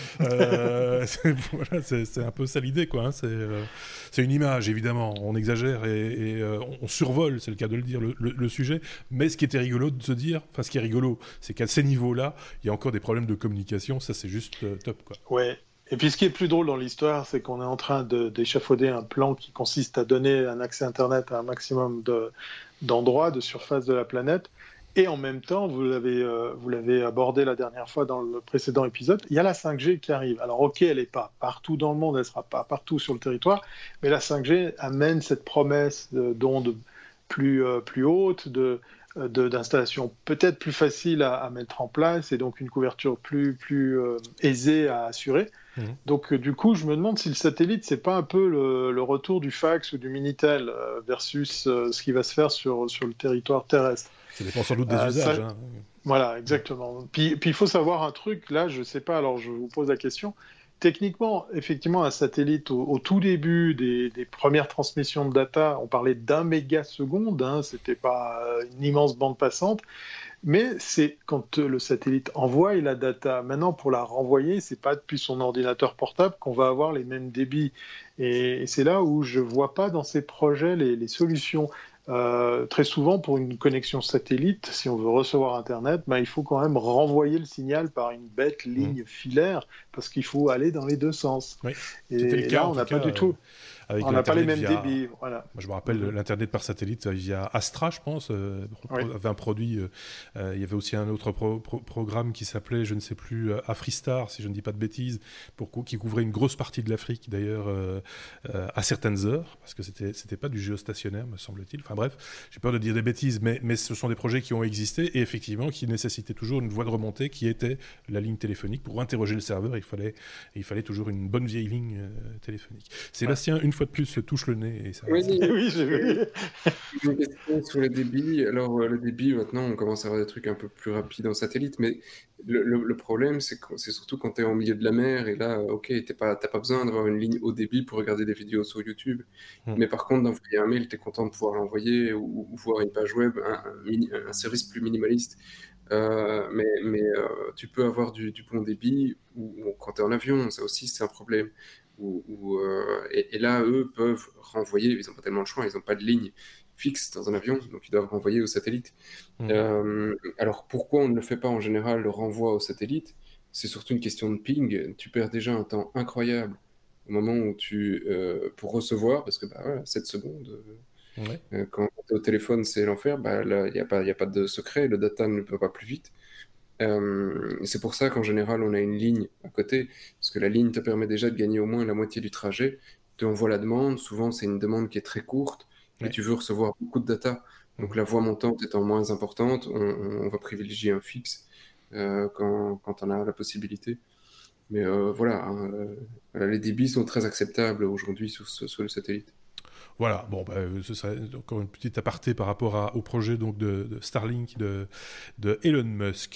Voilà, c'est un peu ça l'idée, quoi. Hein. C'est une image, évidemment. On exagère et on survole, c'est le cas de le dire, le sujet. Mais ce qui était rigolo de se dire, enfin, ce qui est rigolo, c'est qu'à ces niveaux-là, il y a encore des problèmes de communication. Ça, c'est juste top, quoi. Ouais. Et puis ce qui est plus drôle dans l'histoire, c'est qu'on est en train d'échafauder un plan qui consiste à donner un accès Internet à un maximum d'endroits, de surface de la planète. Et en même temps, vous l'avez abordé la dernière fois dans le précédent épisode, il y a la 5G qui arrive. Alors ok, elle n'est pas partout dans le monde, elle ne sera pas partout sur le territoire, mais la 5G amène cette promesse d'ondes plus hautes, d'installations peut-être plus faciles à mettre en place, et donc une couverture plus aisée à assurer. Donc du coup, je me demande si le satellite, c'est pas un peu le retour du fax ou du Minitel versus ce qui va se faire sur le territoire terrestre. Ça dépend sans doute des usages. Hein. Voilà, exactement. Puis il faut savoir un truc, là, je sais pas, alors je vous pose la question. Techniquement, effectivement, un satellite, au tout début des premières transmissions de data, on parlait d'1 mégaseconde, hein, c'était pas une immense bande passante. Mais c'est quand le satellite envoie la data. Maintenant, pour la renvoyer, c'est pas depuis son ordinateur portable qu'on va avoir les mêmes débits. Et c'est là où je vois pas dans ces projets les solutions. Très souvent, pour une connexion satellite, si on veut recevoir Internet, il faut quand même renvoyer le signal par une bête ligne filaire, parce qu'il faut aller dans les deux sens. Oui. Et là, on n'a pas du tout. On n'a pas les mêmes débits. Voilà. Moi, je me rappelle l'Internet par satellite via Astra, je pense, avait un produit. Il y avait aussi un autre programme qui s'appelait, je ne sais plus, Afristar, si je ne dis pas de bêtises, qui couvrait une grosse partie de l'Afrique, d'ailleurs, à certaines heures, parce que c'était pas du géostationnaire, me semble-t-il. Enfin bref, j'ai peur de dire des bêtises, mais ce sont des projets qui ont existé et effectivement qui nécessitaient toujours une voie de remontée qui était la ligne téléphonique. Pour interroger le serveur, il fallait toujours une bonne vieille ligne téléphonique. Sébastien, une fois de plus, se touche le nez. Et ça, oui, j'ai vu. Une question sur le débit. Alors, le débit, maintenant, on commence à avoir des trucs un peu plus rapides en satellite, mais le problème, c'est surtout quand tu es au milieu de la mer, et là, ok, t'as pas besoin d'avoir une ligne haut débit pour regarder des vidéos sur YouTube, mais par contre, d'envoyer un mail, tu es content de pouvoir l'envoyer, ou voir une page web, un service plus minimaliste. Mais tu peux avoir du bon débit, ou quand tu es en avion, ça aussi, c'est un problème. Et là, eux peuvent renvoyer, ils n'ont pas tellement le choix, ils n'ont pas de ligne fixe dans un avion, donc ils doivent renvoyer au satellite. Alors pourquoi on ne le fait pas en général, le renvoi au satellite? C'est surtout une question de ping. Tu perds déjà un temps incroyable au moment où pour recevoir, parce que 7 secondes, quand tu es au téléphone, c'est l'enfer, là, il n'y a pas de secret, le data ne peut pas plus vite. C'est pour ça qu'en général on a une ligne à côté, parce que la ligne te permet déjà de gagner au moins la moitié du trajet. Tu envoies la demande, souvent c'est une demande qui est très courte, et tu veux recevoir beaucoup de data, donc la voie montante étant moins importante, on va privilégier un fixe quand on a la possibilité. Mais voilà, les débits sont très acceptables aujourd'hui sur le satellite. Voilà, bon, ce serait encore une petite aparté par rapport au projet donc, de Starlink de Elon Musk.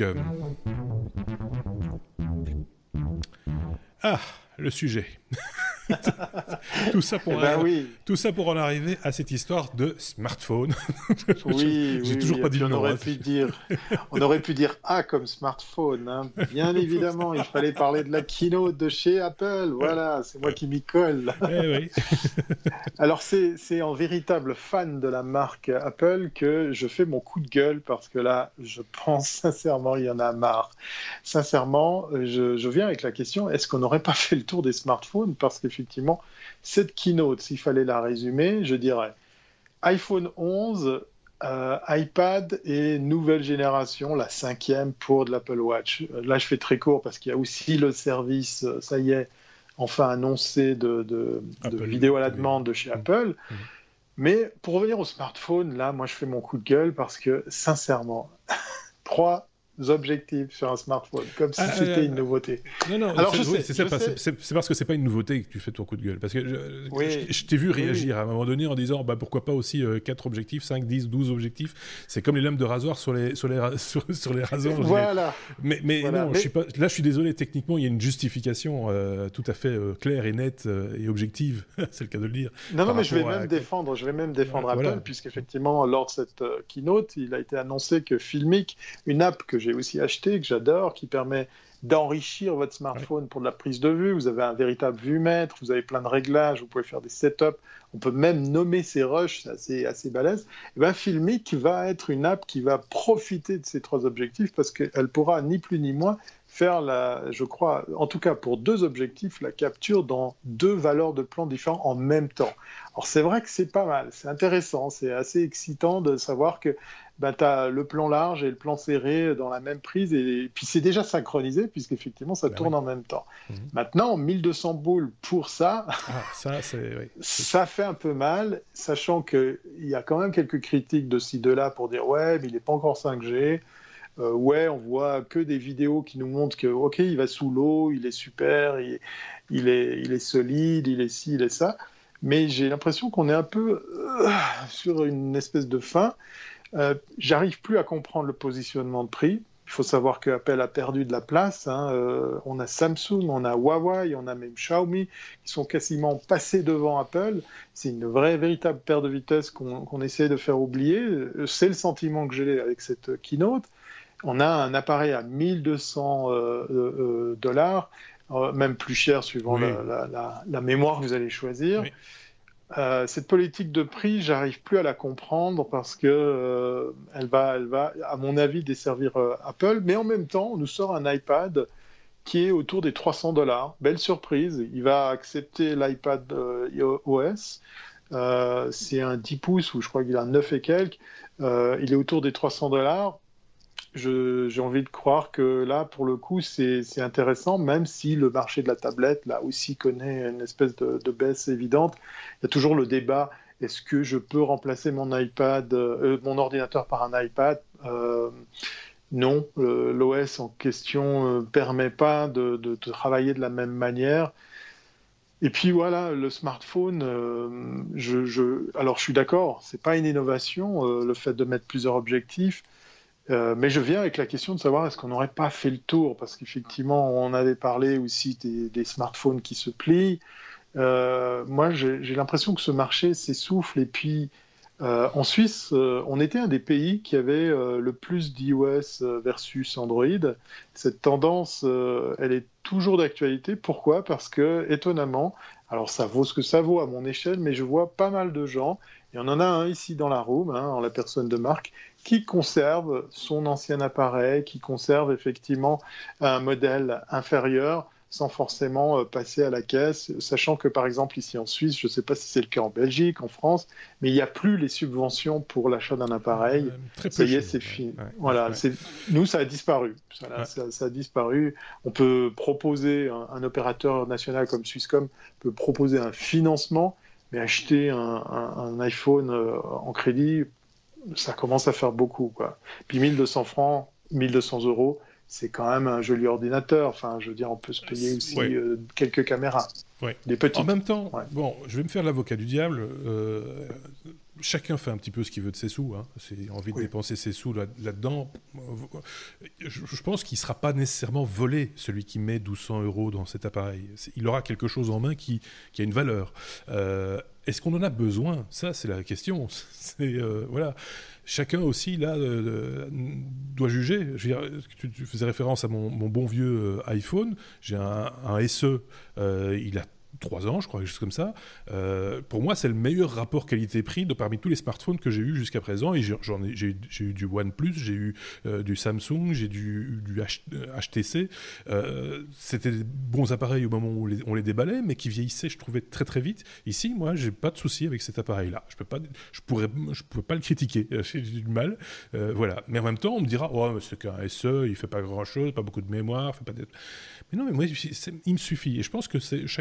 Ah, le sujet. Tout ça pour en arriver à cette histoire de smartphone. J'ai toujours pas dit le nom. On aurait pu dire A comme smartphone. Hein. Bien évidemment, il fallait parler de la keynote de chez Apple. Voilà, c'est moi qui m'y colle. Oui. Alors, c'est en véritable fan de la marque Apple que je fais mon coup de gueule, parce que là, je pense sincèrement, il y en a marre. Sincèrement, je viens avec la question, est-ce qu'on n'aurait pas fait le tour des smartphones? Parce qu'effectivement, cette keynote, s'il fallait la résumer, je dirais iPhone 11, iPad et nouvelle génération, la 5e pour de l'Apple Watch. Là, je fais très court parce qu'il y a aussi le service, ça y est, enfin annoncé de vidéo à la demande de chez Apple. Mais pour revenir au smartphone, là, moi, je fais mon coup de gueule parce que, sincèrement, 3 objectifs sur un smartphone, comme si c'était une nouveauté. Non, alors c'est parce que c'est pas une nouveauté que tu fais ton coup de gueule. Parce que je t'ai vu réagir à un moment donné en disant pourquoi pas aussi 4 objectifs, 5, 10, 12 objectifs. C'est comme les lames de rasoir sur les rasoirs. Voilà. Mais non, je suis désolé, techniquement, il y a une justification tout à fait claire et nette et objective, c'est le cas de le dire. Non, mais je vais même défendre Apple, puisqu'effectivement, lors de cette keynote, il a été annoncé que Filmic, une app que j'ai aussi achetée, que j'adore, qui permet d'enrichir votre smartphone pour de la prise de vue. Vous avez un véritable vue-mètre, vous avez plein de réglages, vous pouvez faire des setups, on peut même nommer ses rushs, c'est assez balèze. Et bien, Filmic va être une app qui va profiter de ces 3 objectifs parce qu'elle pourra ni plus ni moins faire je crois, en tout cas pour 2 objectifs, la capture dans 2 valeurs de plan différents en même temps. Alors c'est vrai que c'est pas mal, c'est intéressant, c'est assez excitant de savoir que tu as le plan large et le plan serré dans la même prise, et puis c'est déjà synchronisé puisqu'effectivement ça tourne en même temps. Maintenant, 1200 boules pour ça, ça fait un peu mal, sachant qu'il y a quand même quelques critiques de ci, de là pour dire ouais, mais il n'est pas encore 5G. On voit que des vidéos qui nous montrent que ok, il va sous l'eau, il est super, il est solide, il est ci, il est ça, mais j'ai l'impression qu'on est un peu sur une espèce de fin. J'arrive plus à comprendre le positionnement de prix. Il faut savoir que Apple a perdu de la place. On a Samsung, on a Huawei, on a même Xiaomi qui sont quasiment passés devant Apple. C'est une véritable perte de vitesse qu'on essaie de faire oublier. C'est le sentiment que j'ai avec cette keynote. On a un appareil à 1200 $, même plus cher suivant la mémoire que vous allez choisir. Oui. Cette politique de prix, j'arrive plus à la comprendre parce que elle va, à mon avis, desservir Apple. Mais en même temps, on nous sort un iPad qui est autour des 300 $. Belle surprise. Il va accepter l'iPad OS. C'est un 10 pouces où je crois qu'il a 9 et quelques. Il est autour des 300 $. J'ai envie de croire que là, pour le coup, c'est intéressant, même si le marché de la tablette, là aussi, connaît une espèce de baisse évidente. Il y a toujours le débat, est-ce que je peux remplacer mon ordinateur par un iPad ? Non, l'OS en question ne permet pas de travailler de la même manière. Et puis voilà, le smartphone, alors je suis d'accord, c'est pas une innovation, le fait de mettre plusieurs objectifs. Mais je viens avec la question de savoir est-ce qu'on n'aurait pas fait le tour, parce qu'effectivement on avait parlé aussi des smartphones qui se plient. Moi j'ai l'impression que ce marché s'essouffle, et puis en Suisse on était un des pays qui avait le plus d'iOS versus Android. Cette tendance elle est toujours d'actualité. Pourquoi ? Parce que étonnamment, alors ça vaut ce que ça vaut à mon échelle, mais je vois pas mal de gens, et on en a un ici dans la room, en la personne de Marc, qui conserve son ancien appareil, qui conserve effectivement un modèle inférieur sans forcément passer à la caisse, sachant que par exemple ici en Suisse, je ne sais pas si c'est le cas en Belgique, en France, mais il n'y a plus les subventions pour l'achat d'un appareil. Ça y est, c'est fini. Voilà, nous ça a disparu. Ça a disparu. On peut proposer, un opérateur national comme Swisscom peut proposer un financement, mais acheter un iPhone en crédit, ça commence à faire beaucoup, quoi. Puis 1200 francs, 1200 €, c'est quand même un joli ordinateur. Enfin, je veux dire, on peut se payer aussi quelques caméras. Des petites. En même temps, bon, je vais me faire l'avocat du diable. Chacun fait un petit peu ce qu'il veut de ses sous. C'est envie de dépenser ses sous là-dedans. Je pense qu'il ne sera pas nécessairement volé, celui qui met 1200 € dans cet appareil. Il aura quelque chose en main qui a une valeur. Est-ce qu'on en a besoin ? Ça, c'est la question. Voilà. Chacun aussi, là, doit juger. Je veux dire, tu faisais référence à mon bon vieux iPhone. J'ai un SE. Il a 3 ans, je crois, quelque chose comme ça. Pour moi, c'est le meilleur rapport qualité-prix parmi tous les smartphones que j'ai eu jusqu'à présent. Et j'ai eu du OnePlus, j'ai eu du Samsung, j'ai du HTC. C'était des bons appareils au moment où on les déballait, mais qui vieillissaient, je trouvais, très très vite. Ici, moi, j'ai pas de souci avec cet appareil-là. Je pourrais pas le critiquer. J'ai du mal. Voilà. Mais en même temps, on me dira, oh, c'est qu'un SE, il fait pas grand-chose, pas beaucoup de mémoire, fait pas de... Mais non, mais moi, il me suffit. Et je pense que chacun doit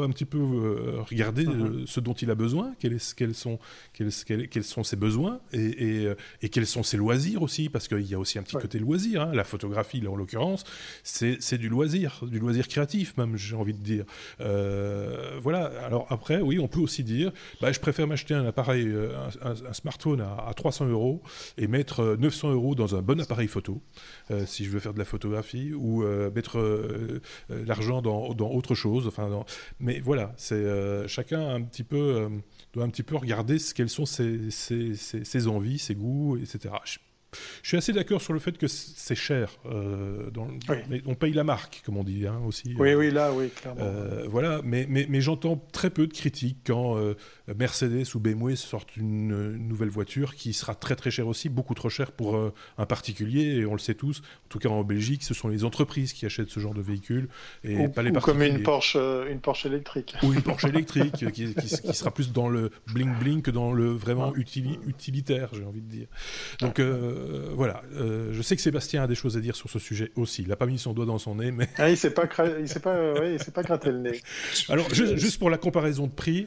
un petit peu regarder ce dont il a besoin, quels sont ses besoins et quels sont ses loisirs aussi, parce qu'il y a aussi un petit côté loisir. Hein. La photographie, là, en l'occurrence, c'est du loisir créatif même, j'ai envie de dire. Voilà. Alors après, oui, on peut aussi dire, je préfère m'acheter un appareil, un smartphone à 300 € et mettre 900 € dans un bon appareil photo, si je veux faire de la photographie, ou mettre l'argent dans autre chose. Mais voilà, c'est chacun doit un petit peu regarder quelles sont ses envies, ses goûts, etc. Je suis assez d'accord sur le fait que c'est cher. Mais on paye la marque, comme on dit, hein, aussi. Oui, clairement. Voilà, mais j'entends très peu de critiques quand Mercedes ou BMW sortent une nouvelle voiture qui sera très très chère aussi, beaucoup trop chère pour un particulier, et on le sait tous, en tout cas en Belgique, ce sont les entreprises qui achètent ce genre de véhicule, et pas les particuliers. Comme une Porsche électrique. Ou une Porsche électrique, qui sera plus dans le bling-bling que dans le vraiment utilitaire, j'ai envie de dire. Donc voilà, je sais que Sébastien a des choses à dire sur ce sujet aussi. Il n'a pas mis son doigt dans son nez, mais... il s'est pas gratté le nez. Alors, juste pour la comparaison de prix,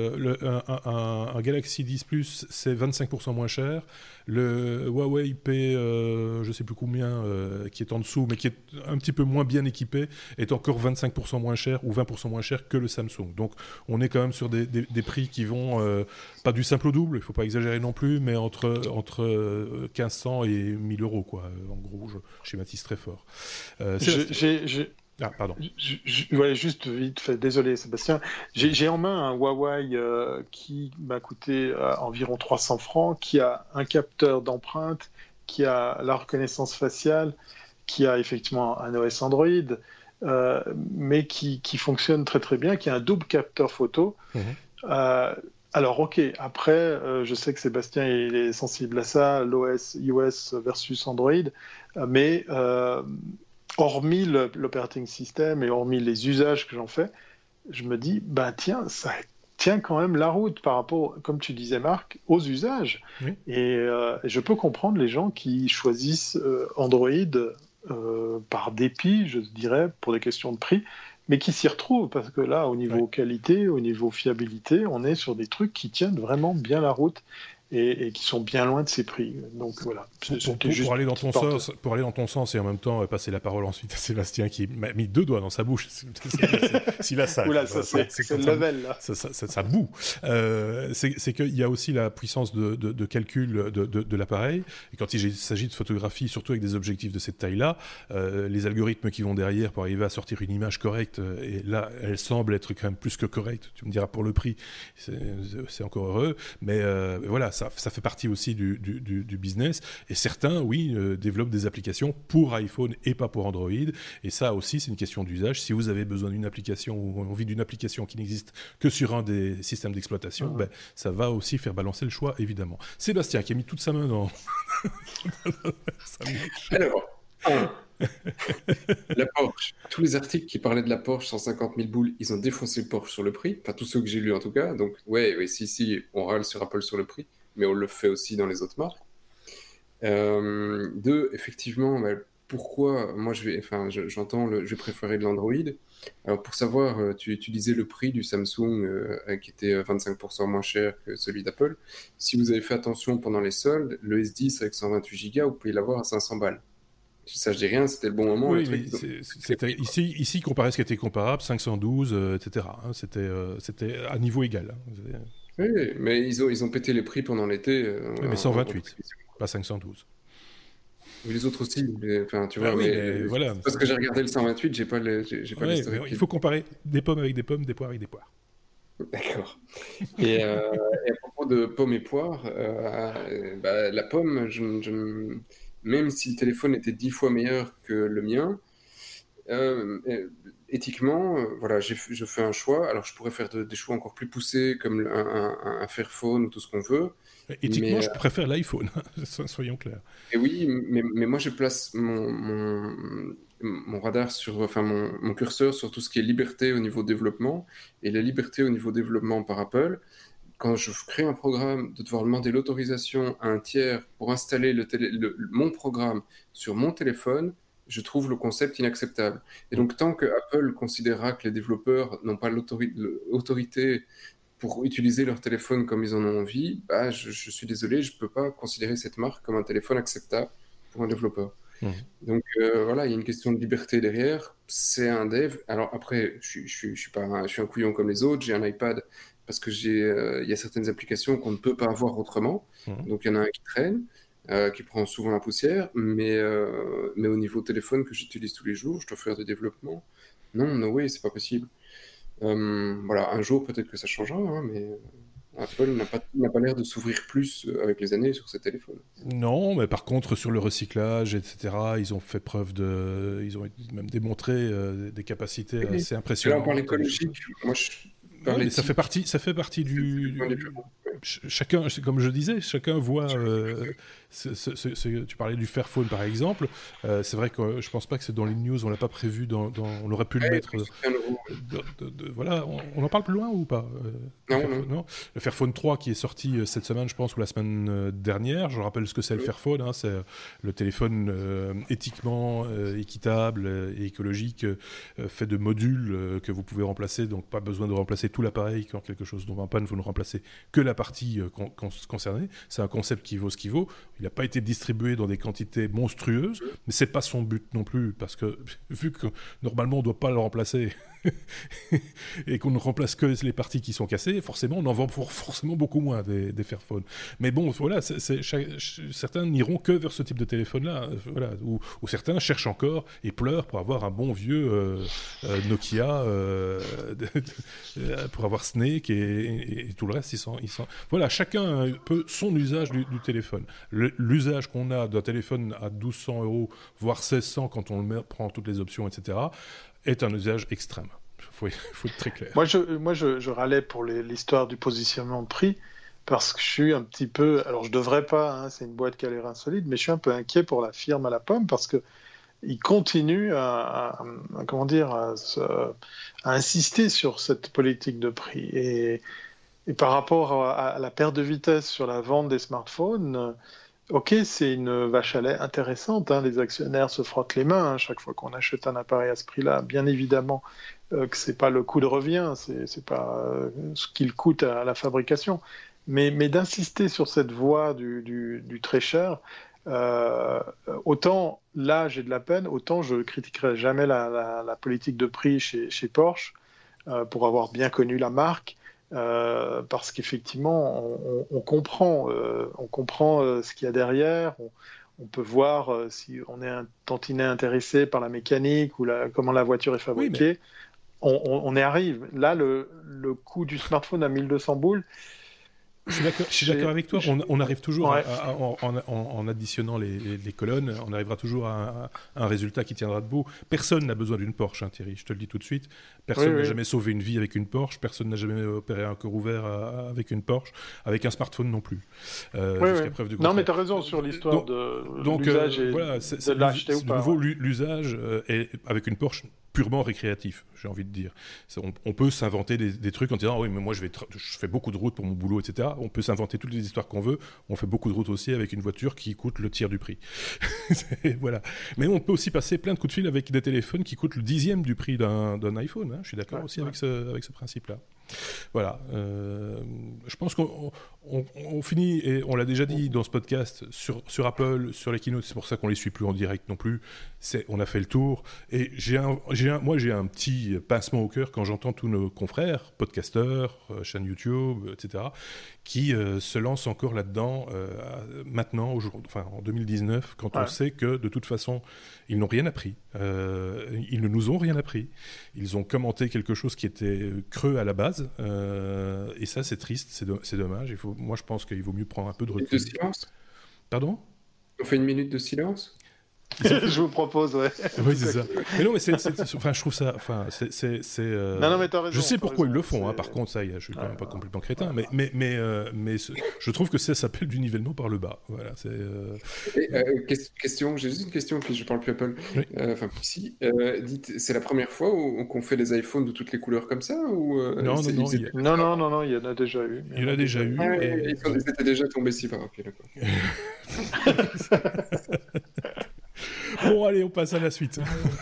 un Galaxy 10 Plus, c'est 25% moins cher. Le Huawei P, je ne sais plus combien, qui est en dessous, mais qui est un petit peu moins bien équipé, est encore 25% moins cher ou 20% moins cher que le Samsung. Donc, on est quand même sur des prix qui vont, pas du simple au double, il ne faut pas exagérer non plus, mais entre 1500 et 1000 €, quoi. En gros, je schématise très fort. Pardon. Juste vite fait, désolé Sébastien. J'ai en main un Huawei qui m'a coûté environ 300 francs, qui a un capteur d'empreinte, qui a la reconnaissance faciale, qui a effectivement un OS Android, mais qui fonctionne très très bien, qui a un double capteur photo. Alors ok, après, je sais que Sébastien il est sensible à ça, l'OS iOS versus Android, mais hormis l'operating system et hormis les usages que j'en fais, je me dis, tiens, ça tient quand même la route par rapport, comme tu disais Marc, aux usages. Oui. Et je peux comprendre les gens qui choisissent Android par dépit, je dirais, pour des questions de prix, mais qui s'y retrouvent, parce que là, au niveau qualité, au niveau fiabilité, on est sur des trucs qui tiennent vraiment bien la route et qui sont bien loin de ces prix. Donc voilà. Pour aller dans ton sens et en même temps passer la parole ensuite à Sébastien qui m'a mis 2 doigts dans sa bouche. S'il a ça. Oula, c'est le level là. Ça boue. C'est qu'il y a aussi la puissance de calcul de l'appareil. Et quand il s'agit de photographie, surtout avec des objectifs de cette taille-là, les algorithmes qui vont derrière pour arriver à sortir une image correcte, et là, elle semble être quand même plus que correcte. Tu me diras pour le prix, c'est encore heureux. Mais voilà, ça fait partie aussi du business, et certains, développent des applications pour iPhone et pas pour Android, et ça aussi c'est une question d'usage. Si vous avez besoin d'une application ou envie d'une application qui n'existe que sur un des systèmes d'exploitation, ça va aussi faire balancer le choix, évidemment. Sébastien qui a mis toute sa main dans... Alors, la Porsche, tous les articles qui parlaient de la Porsche 150 000 boules, ils ont défoncé le Porsche sur le prix, enfin tous ceux que j'ai lus en tout cas, donc si on râle sur Apple sur le prix, mais on le fait aussi dans les autres marques. Effectivement, pourquoi moi je vais préférer de l'Android. Alors pour savoir, tu disais le prix du Samsung qui était 25% moins cher que celui d'Apple. Si vous avez fait attention pendant les soldes, le S10 avec 128 Go, vous pouvez l'avoir à 500 balles. Ça, je dis rien, c'était le bon moment. Oui, c'était ici comparé à ce qui était comparable, 512, etc. Hein, c'était à niveau égal. Hein. Oui, mais ils ont pété les prix pendant l'été. Mais 128, pas 512. Mais les autres aussi. Tu vois, voilà. Parce que j'ai regardé le 128, j'ai pas l'historique. Il faut comparer des pommes avec des pommes, des poires avec des poires. D'accord. Et à propos de pommes et poires, la pomme, même si le téléphone était 10 fois meilleur que le mien, éthiquement, je fais un choix. Alors, je pourrais faire des choix encore plus poussés, comme un Fairphone ou tout ce qu'on veut. Éthiquement, je préfère l'iPhone, soyons clairs. Et oui, mais moi, je place mon radar mon curseur sur tout ce qui est liberté au niveau développement. Et la liberté au niveau développement par Apple, quand je crée un programme, de devoir demander l'autorisation à un tiers pour installer mon programme sur mon téléphone, je trouve le concept inacceptable. Et donc, tant que Apple considérera que les développeurs n'ont pas l'autorité pour utiliser leur téléphone comme ils en ont envie, bah, je suis désolé, je ne peux pas considérer cette marque comme un téléphone acceptable pour un développeur. Donc voilà, il y a une question de liberté derrière. C'est un dev. Alors après, je suis un couillon comme les autres. J'ai un iPad parce que il y a certaines applications qu'on ne peut pas avoir autrement. Donc il y en a un qui traîne, qui prend souvent la poussière. Mais au niveau téléphone que j'utilise tous les jours, je dois faire du développement. Non, no way, c'est pas possible. Voilà, un jour peut-être que ça changera, hein, mais Apple n'a pas l'air de s'ouvrir plus avec les années sur ses téléphones. Non, mais par contre, sur le recyclage, etc., ils ont fait preuve ils ont même démontré des capacités assez impressionnantes. Là, on parle écologique. Moi, mais ça fait partie du... Chacun, comme je disais, chacun voit... tu parlais du Fairphone, par exemple. C'est vrai que je pense pas que c'est dans les news, on l'a pas prévu, on aurait pu le mettre... voilà, on en parle plus loin ou pas non. Le Fairphone 3 qui est sorti cette semaine, je pense, ou la semaine dernière. Je rappelle ce que c'est le Fairphone. Hein, c'est le téléphone éthiquement équitable et écologique, fait de modules que vous pouvez remplacer, donc pas besoin de remplacer tout l'appareil. Quand quelque chose tombe en panne, vous ne remplacez que la partie concernée. C'est un concept qui vaut ce qu'il vaut. Il n'a pas été distribué dans des quantités monstrueuses, mais c'est pas son but non plus, parce que vu que normalement on ne doit pas le remplacer et qu'on ne remplace que les parties qui sont cassées, forcément on en vend forcément beaucoup moins des Fairphone. Mais bon, voilà, certains n'iront que vers ce type de téléphone-là, voilà, ou certains cherchent encore et pleurent pour avoir un bon vieux Nokia, pour avoir Snake et tout le reste. Voilà, chacun peut son usage du téléphone. L'usage qu'on a d'un téléphone à 1200 €, voire 1600 quand on prend toutes les options, etc., est un usage extrême. Il faut être très clair. Moi, je râlais pour l'histoire du positionnement de prix, parce que je suis un petit peu... Alors, je ne devrais pas, hein, c'est une boîte qui a l'air insolite, mais je suis un peu inquiet pour la firme à la pomme, parce qu'ils continuent à insister sur cette politique de prix. Et par rapport à la perte de vitesse sur la vente des smartphones... Ok, c'est une vache à lait intéressante, hein, les actionnaires se frottent les mains hein, chaque fois qu'on achète un appareil à ce prix-là. Bien évidemment que ce n'est pas le coût de revient, c'est pas ce qu'il coûte à la fabrication. Mais d'insister sur cette voie du très cher, autant là j'ai de la peine, autant je ne critiquerai jamais la politique de prix chez Porsche pour avoir bien connu la marque. Parce qu'effectivement, on comprend ce qu'il y a derrière. On peut voir si on est un tantinet intéressé par la mécanique ou comment la voiture est fabriquée. Oui, mais... on y arrive. Là, le coût du smartphone à 1200 boules. Je suis d'accord avec toi. On arrive toujours, ouais. En additionnant les colonnes, on arrivera toujours à un résultat qui tiendra debout. Personne n'a besoin d'une Porsche, hein, Thierry, je te le dis tout de suite. Personne n'a jamais sauvé une vie avec une Porsche. Personne n'a jamais opéré un cœur ouvert avec une Porsche. Avec un smartphone non plus. Jusqu'à preuve du contraire. Non, mais tu as raison sur l'histoire de l'usage et voilà, de l'acheter ou pas. De nouveau, l'usage est avec une Porsche purement récréatif, j'ai envie de dire. On peut s'inventer des trucs en disant « oui, mais moi je fais beaucoup de routes pour mon boulot, etc. » On peut s'inventer toutes les histoires qu'on veut. On fait beaucoup de routes aussi avec une voiture qui coûte le tiers du prix. Voilà. Mais on peut aussi passer plein de coups de fil avec des téléphones qui coûtent le 10e du prix d'un iPhone. Hein. Je suis d'accord aussi avec ce principe-là. Voilà. Je pense qu'on finit, et on l'a déjà dit dans ce podcast, sur Apple, sur les keynotes, c'est pour ça qu'on les suit plus en direct non plus. On a fait le tour. Et moi, j'ai un petit pincement au cœur quand j'entends tous nos confrères, podcasteurs, chaînes YouTube, etc., qui se lancent encore là-dedans maintenant, en 2019, quand on sait que de toute façon, ils n'ont rien appris. Ils ne nous ont rien appris. Ils ont commenté quelque chose qui était creux à la base. Et ça, c'est triste, c'est dommage. Moi, je pense qu'il vaut mieux prendre un peu de recul. De silence. Pardon ? On fait une minute de silence ? Je vous propose, ouais. Oui, c'est ça. Mais non, mais je trouve ça. Non, mais t'as raison. Je sais pourquoi ils le font. Hein, par contre, ça, je suis quand même pas complètement crétin. Mais je trouve que ça s'appelle du nivellement par le bas. Voilà. Question. J'ai juste une question, puis je parle plus Apple. Oui. Si. Dites, c'est la première fois qu'on fait des iPhones de toutes les couleurs comme ça ou Non, il y en a déjà eu. Il y en a déjà eu. Ils étaient déjà tombés si par. Ok, d'accord. Bon, allez, on passe à la suite.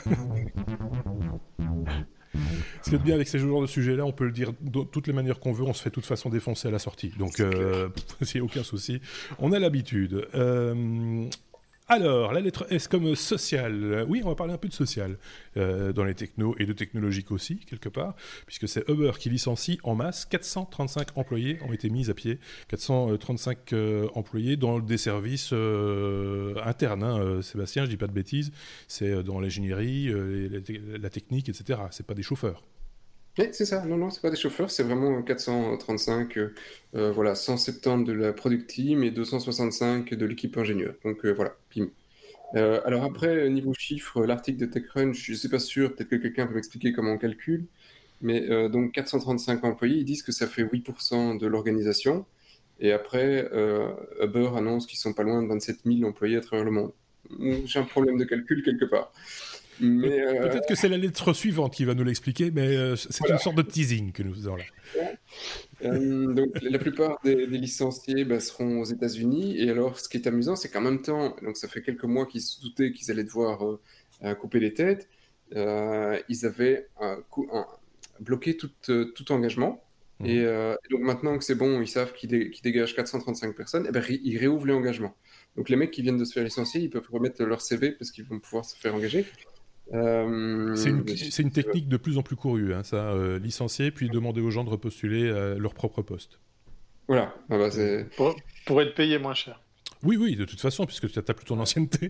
Ce qui est bien avec ces genres de sujets-là, on peut le dire de toutes les manières qu'on veut, on se fait de toute façon défoncer à la sortie. Donc, il n'y a aucun souci. On a l'habitude. Alors, la lettre S comme social. Oui, on va parler un peu de social dans les technos et de technologique aussi, quelque part, puisque c'est Uber qui licencie en masse. 435 employés ont été mis à pied. 435 employés dans des services internes. Hein, Sébastien, je dis pas de bêtises. C'est dans l'ingénierie, la technique, etc. C'est pas des chauffeurs. Oui, c'est ça. Non, c'est pas des chauffeurs, c'est vraiment 435, 170 de la product team et 265 de l'équipe ingénieur. Donc voilà, pim. Alors après, niveau chiffres, l'article de TechCrunch, je ne suis pas sûr, peut-être que quelqu'un peut m'expliquer comment on calcule, mais donc 435 employés, ils disent que ça fait 8% de l'organisation, et après, Uber annonce qu'ils sont pas loin de 27 000 employés à travers le monde. J'ai un problème de calcul quelque part. Mais peut-être que c'est la lettre suivante qui va nous l'expliquer, mais c'est une sorte de teasing que nous faisons là. Donc la plupart des licenciés seront aux États-Unis, et alors ce qui est amusant, c'est qu'en même temps, donc ça fait quelques mois qu'ils se doutaient qu'ils allaient devoir couper les têtes, ils avaient bloqué tout engagement, et donc maintenant que c'est bon, ils savent qu'ils dégagent 435 personnes, ils réouvrent les engagements. Donc les mecs qui viennent de se faire licencier, ils peuvent remettre leur CV parce qu'ils vont pouvoir se faire engager. C'est une technique de plus en plus courue, hein, ça, licencier puis demander aux gens de repostuler à leur propre poste. Voilà. Pour être payé moins cher. Oui, de toute façon, puisque tu n'as plus ton ancienneté.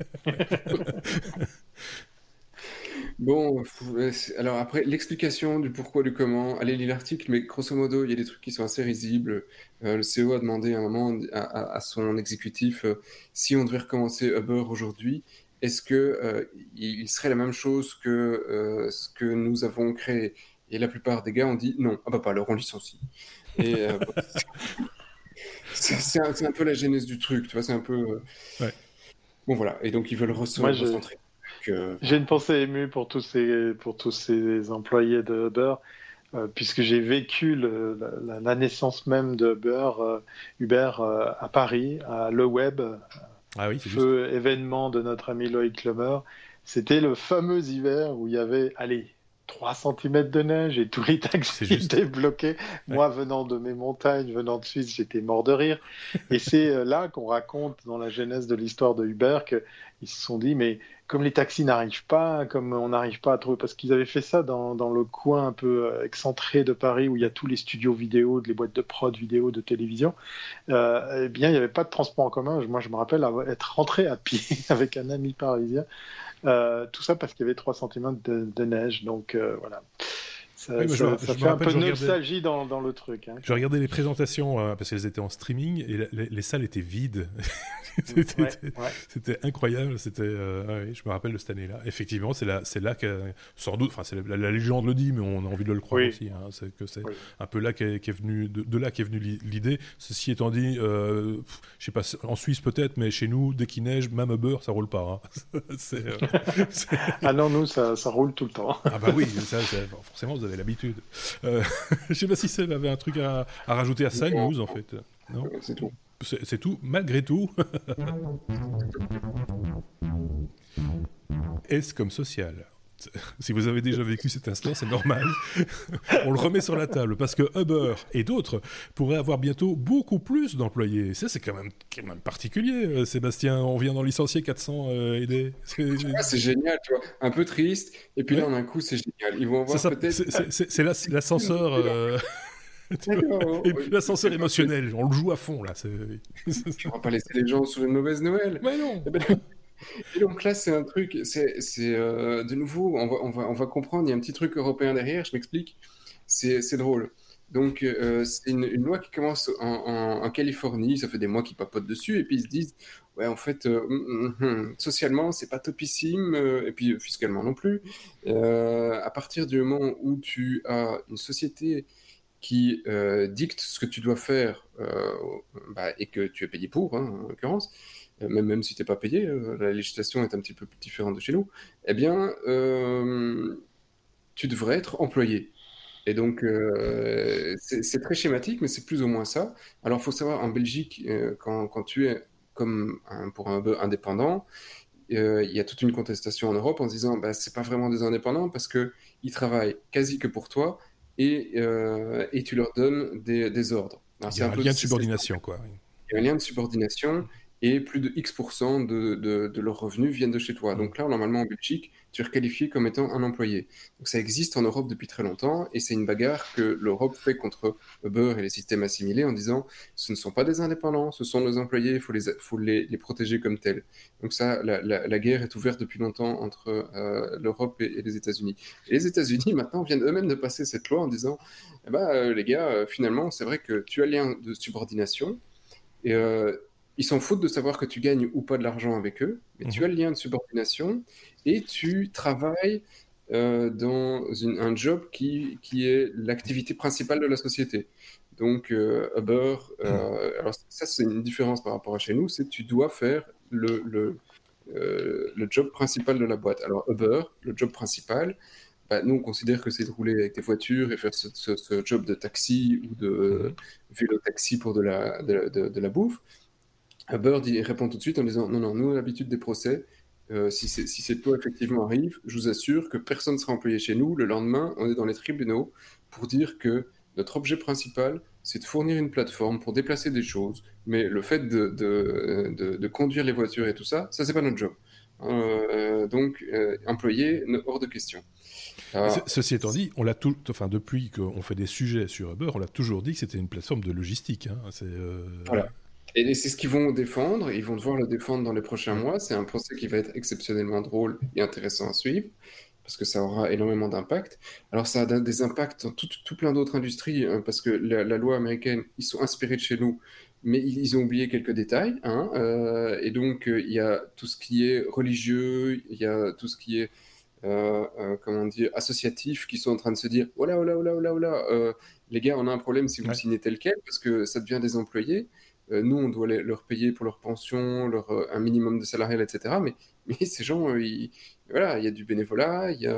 Bon, alors après, l'explication du pourquoi, du comment, allez lire l'article, mais grosso modo, il y a des trucs qui sont assez risibles. Le CEO a demandé à un moment à son exécutif si on devait recommencer Uber aujourd'hui, est-ce que il serait la même chose que ce que nous avons créé? Et la plupart des gars ont dit non, pas alors on licencie. Et c'est un peu la genèse du truc, tu vois, c'est un peu... Ouais. Bon voilà, et donc ils veulent recentrer. J'ai une pensée émue pour tous ces employés de Uber, puisque j'ai vécu la naissance même de Uber à Paris, à Le Web, feu événement de notre ami Loïc Clomer. C'était le fameux hiver où il y avait, 3 cm de neige et tous les taxis étaient bloqués. Moi, venant de mes montagnes, venant de Suisse, j'étais mort de rire. Et c'est là qu'on raconte dans la genèse de l'histoire de Uber qu'ils se sont dit, mais comme les taxis n'arrivent pas, comme on n'arrive pas à trouver, parce qu'ils avaient fait ça dans le coin un peu excentré de Paris où il y a tous les studios vidéo, les boîtes de prod vidéo, de télévision, eh bien, il n'y avait pas de transport en commun. Moi, je me rappelle être rentré à pied avec un ami parisien. Tout ça parce qu'il y avait 3 cm de neige, donc voilà. Ça fait un peu de nostalgie dans le truc. Hein. Je regardais les présentations parce qu'elles étaient en streaming et les salles étaient vides. C'était incroyable. Je me rappelle de cette année-là. Effectivement, c'est là que, sans doute, la légende le dit, mais on a envie de le croire aussi. Hein, c'est un peu là qu'est venu, de là qu'est venue l'idée. Ceci étant dit, je sais pas, en Suisse peut-être, mais chez nous, dès qu'il neige, même Uber, ça roule pas. Hein. Ah non, nous, ça roule tout le temps. Ah bah oui, forcément, vous avez l'habitude. Je sais pas si Seb avait un truc à rajouter à ça, news en fait. Non, c'est tout. C'est tout, malgré tout. Est-ce comme social? Si vous avez déjà vécu cet instant, c'est normal. On le remet sur la table parce que Uber et d'autres pourraient avoir bientôt beaucoup plus d'employés. Ça, c'est quand même particulier, Sébastien. On vient d'en licencier 400 aidés. C'est génial, tu vois. Un peu triste. Et puis là, d'un coup, c'est génial. Ils vont avoir peut-être... C'est l'ascenseur... Et puis l'ascenseur émotionnel, on le joue à fond là. On va pas laisser les gens sur une mauvaise Noël. Mais non. Et donc là, c'est un truc, de nouveau, on va comprendre, il y a un petit truc européen derrière, je m'explique, c'est drôle. Donc, c'est une loi qui commence en Californie, ça fait des mois qu'ils papotent dessus, et puis ils se disent, ouais, en fait, socialement, c'est pas topissime, et puis fiscalement non plus. À partir du moment où tu as une société qui dicte ce que tu dois faire, et que tu es payé pour, hein, en l'occurrence, même si tu n'es pas payé, la législation est un petit peu différente de chez nous, eh bien, tu devrais être employé. Et donc, c'est très schématique, mais c'est plus ou moins ça. Alors, il faut savoir, en Belgique, quand tu es pour un indépendant, il y a toute une contestation en Europe en disant c'est pas vraiment des indépendants parce qu'ils travaillent quasi que pour toi et tu leur donnes des ordres. Alors, il y a un lien de subordination, quoi. Il y a un lien de subordination et plus de X% de leurs revenus viennent de chez toi. Donc là, normalement, en Belgique, tu es requalifié comme étant un employé. Donc ça existe en Europe depuis très longtemps et c'est une bagarre que l'Europe fait contre Uber et les systèmes assimilés en disant ce ne sont pas des indépendants, ce sont nos employés, il faut les protéger comme tels. Donc ça, la guerre est ouverte depuis longtemps entre l'Europe et les États-Unis. Et les États-Unis, maintenant, viennent eux-mêmes de passer cette loi en disant les gars, finalement, c'est vrai que tu as le lien de subordination et ils s'en foutent de savoir que tu gagnes ou pas de l'argent avec eux, mais tu as le lien de subordination et tu travailles dans un job qui est l'activité principale de la société. Donc Uber, alors ça c'est une différence par rapport à chez nous, c'est que tu dois faire le job principal de la boîte. Alors Uber, le job principal, nous on considère que c'est de rouler avec des voitures et faire ce job de taxi ou de vélo-taxi pour de la bouffe. Uber répond tout de suite en disant non, nous on a l'habitude des procès. Si cette loi effectivement arrive, je vous assure que personne ne sera employé chez nous. Le lendemain, on est dans les tribunaux pour dire que notre objet principal, c'est de fournir une plateforme pour déplacer des choses. Mais le fait de conduire les voitures et tout ça, c'est pas notre job. Donc, employé, hors de question. Ceci étant dit, depuis qu'on fait des sujets sur Uber, on l'a toujours dit que c'était une plateforme de logistique. Hein. Voilà. Et c'est ce qu'ils vont défendre, ils vont devoir le défendre dans les prochains mois. C'est un procès qui va être exceptionnellement drôle et intéressant à suivre, parce que ça aura énormément d'impact. Alors ça a des impacts dans tout plein d'autres industries, parce que la loi américaine, ils sont inspirés de chez nous, mais ils ont oublié quelques détails. Et donc il y a tout ce qui est religieux, il y a tout ce qui est associatifs qui sont en train de se dire oh là, les gars, on a un problème si vous signez tel quel, parce que ça devient des employés. Nous, on doit leur payer pour leur pension, un minimum de salarial, etc. Mais ces gens, il y a du bénévolat, il y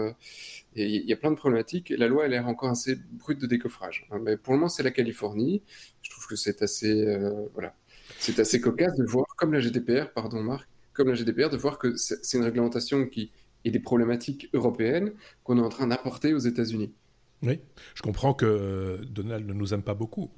a plein de problématiques. Et la loi, elle a l'air encore assez brute de décoffrage. Mais pour le moment, c'est la Californie. Je trouve que c'est assez, c'est assez cocasse de voir, comme la GDPR, pardon Marc, de voir que c'est une réglementation qui est des problématiques européennes qu'on est en train d'apporter aux États-Unis. Oui, je comprends que Donald ne nous aime pas beaucoup.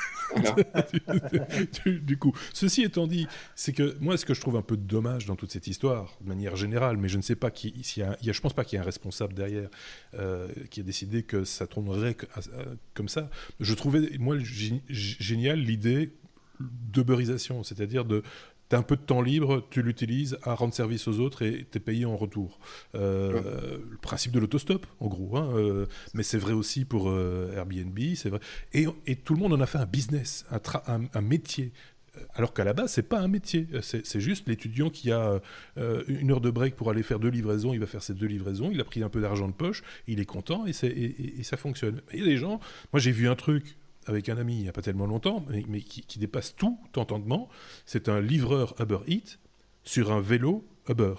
Du coup, ceci étant dit, c'est que moi, ce que je trouve un peu dommage dans toute cette histoire, de manière générale, mais je ne sais pas je pense pas qu'il y ait un responsable derrière qui a décidé que ça tournerait comme ça. Je trouvais, moi, génial l'idée d'uberisation, c'est-à-dire t'as un peu de temps libre, tu l'utilises à rendre service aux autres et t'es payé en retour. Le principe de l'autostop, en gros. Mais c'est vrai aussi pour Airbnb, c'est vrai. Et tout le monde en a fait un business, un métier. Alors qu'à la base, c'est pas un métier. C'est juste l'étudiant qui a une heure de break pour aller faire 2 livraisons. Il va faire ces 2 livraisons. Il a pris un peu d'argent de poche. Il est content et ça fonctionne. Et il y a des gens... Moi, j'ai vu un truc avec un ami il n'y a pas tellement longtemps, mais qui dépasse tout entendement. C'est un livreur Uber Eats sur un vélo Uber.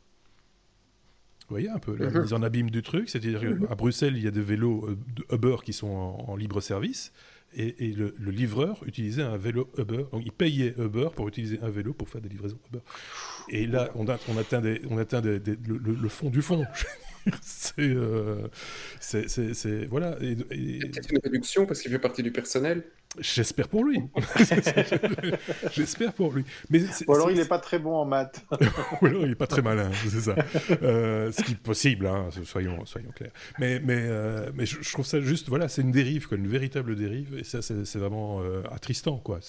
Vous voyez un peu la mise en abîme du truc, c'est-à-dire qu'à Bruxelles, il y a des vélos Uber qui sont en libre service, et le livreur utilisait un vélo Uber, donc il payait Uber pour utiliser un vélo pour faire des livraisons Uber. Et là, on atteint le fond du fond. C'est voilà. Peut-être une réduction parce qu'il fait partie du personnel. J'espère pour lui. J'espère pour lui. Mais ou alors il n'est pas très bon en maths. Ou alors il n'est pas très malin, c'est ça. Ce qui est possible, hein, soyons clairs. Mais je trouve ça juste, voilà, c'est une dérive, quoi, une véritable dérive. Et ça, c'est vraiment attristant, quoi.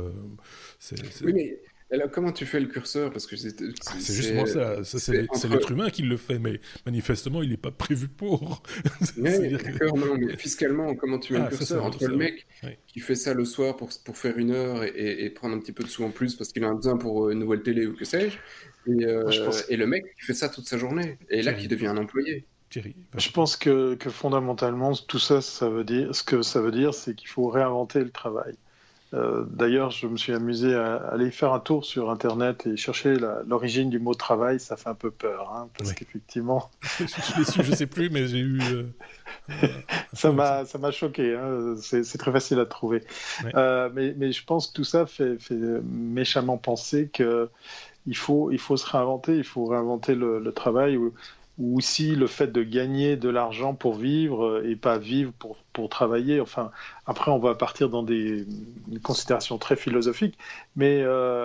Oui, mais... Alors, comment tu fais le curseur? Parce que c'est justement ça. C'est l'être humain qui le fait, mais manifestement, il n'est pas prévu pour. Oui, d'accord, non, mais fiscalement, comment tu mets le curseur entre le mec qui fait ça le soir pour faire 1 heure et prendre un petit peu de sous en plus parce qu'il a besoin pour une nouvelle télé ou que sais-je, et le mec qui fait ça toute sa journée, et là qui devient un employé. Je pense que fondamentalement, tout ça, ce que ça veut dire, c'est qu'il faut réinventer le travail. D'ailleurs, je me suis amusé à aller faire un tour sur Internet et chercher l'origine du mot travail. Ça fait un peu peur, parce qu'effectivement... je l'ai su, je ne sais plus, mais j'ai eu... ça m'a choqué. C'est très facile à trouver. Ouais. Mais je pense que tout ça fait méchamment penser que il faut se réinventer, il faut réinventer le travail, ou aussi le fait de gagner de l'argent pour vivre et pas vivre pour travailler. Enfin, après, on va partir dans des considérations très philosophiques, mais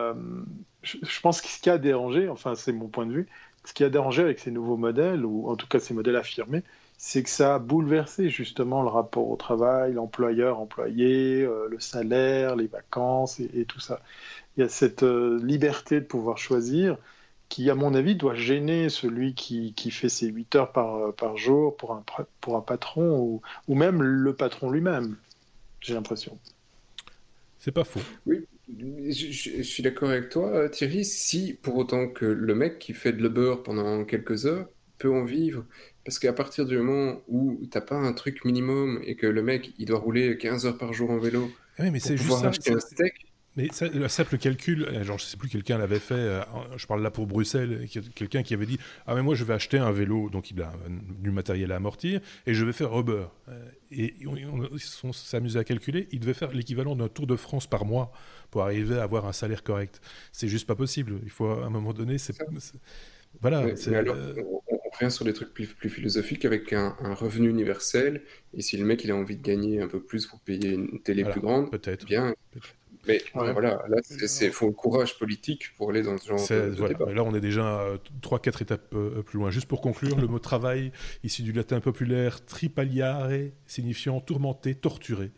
je pense que ce qui a dérangé, enfin c'est mon point de vue, ce qui a dérangé avec ces nouveaux modèles, ou en tout cas ces modèles affirmés, c'est que ça a bouleversé justement le rapport au travail, l'employeur-employé, le salaire, les vacances et tout ça. Il y a cette liberté de pouvoir choisir qui, à mon avis, doit gêner celui qui fait ses 8 heures par jour pour un patron, ou même le patron lui-même, j'ai l'impression. C'est pas faux. Oui, je suis d'accord avec toi, Thierry, si pour autant que le mec qui fait de l'Uber pendant quelques heures peut en vivre, parce qu'à partir du moment où t'as pas un truc minimum et que le mec, il doit rouler 15 heures par jour en vélo mais pour pouvoir acheter un steak... Mais ça, le simple calcul, genre je sais plus, quelqu'un l'avait fait, je parle là pour Bruxelles, quelqu'un qui avait dit « Ah mais moi je vais acheter un vélo, donc il a du matériel à amortir, et je vais faire Uber. » Et ils se sont amusés à calculer, il devait faire l'équivalent d'un Tour de France par mois pour arriver à avoir un salaire correct. C'est juste pas possible, il faut à un moment donné... Voilà. Mais alors, on revient sur des trucs plus philosophiques avec un revenu universel, et si le mec il a envie de gagner un peu plus pour payer une télé plus grande, peut-être. Bien... Mais voilà, là, il faut le courage politique pour aller dans ce genre de débat. Mais là, on est déjà 3-4 étapes plus loin. Juste pour conclure, le mot travail, issu du latin populaire tripaliare, signifiant tourmenté, torturé,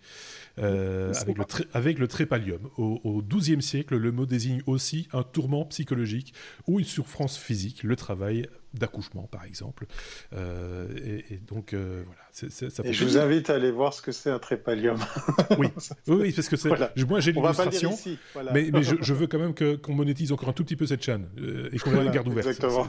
avec le trépalium. Au XIIe siècle, le mot désigne aussi un tourment psychologique ou une souffrance physique, le travail d'accouchement, par exemple. Et donc, voilà. Je vous invite à aller voir ce que c'est un trépalium. Oui, parce que moi, j'ai l'illustration, voilà. mais je veux quand même qu'on monétise encore un tout petit peu cette chaîne et qu'on la garde ouverte. Exactement.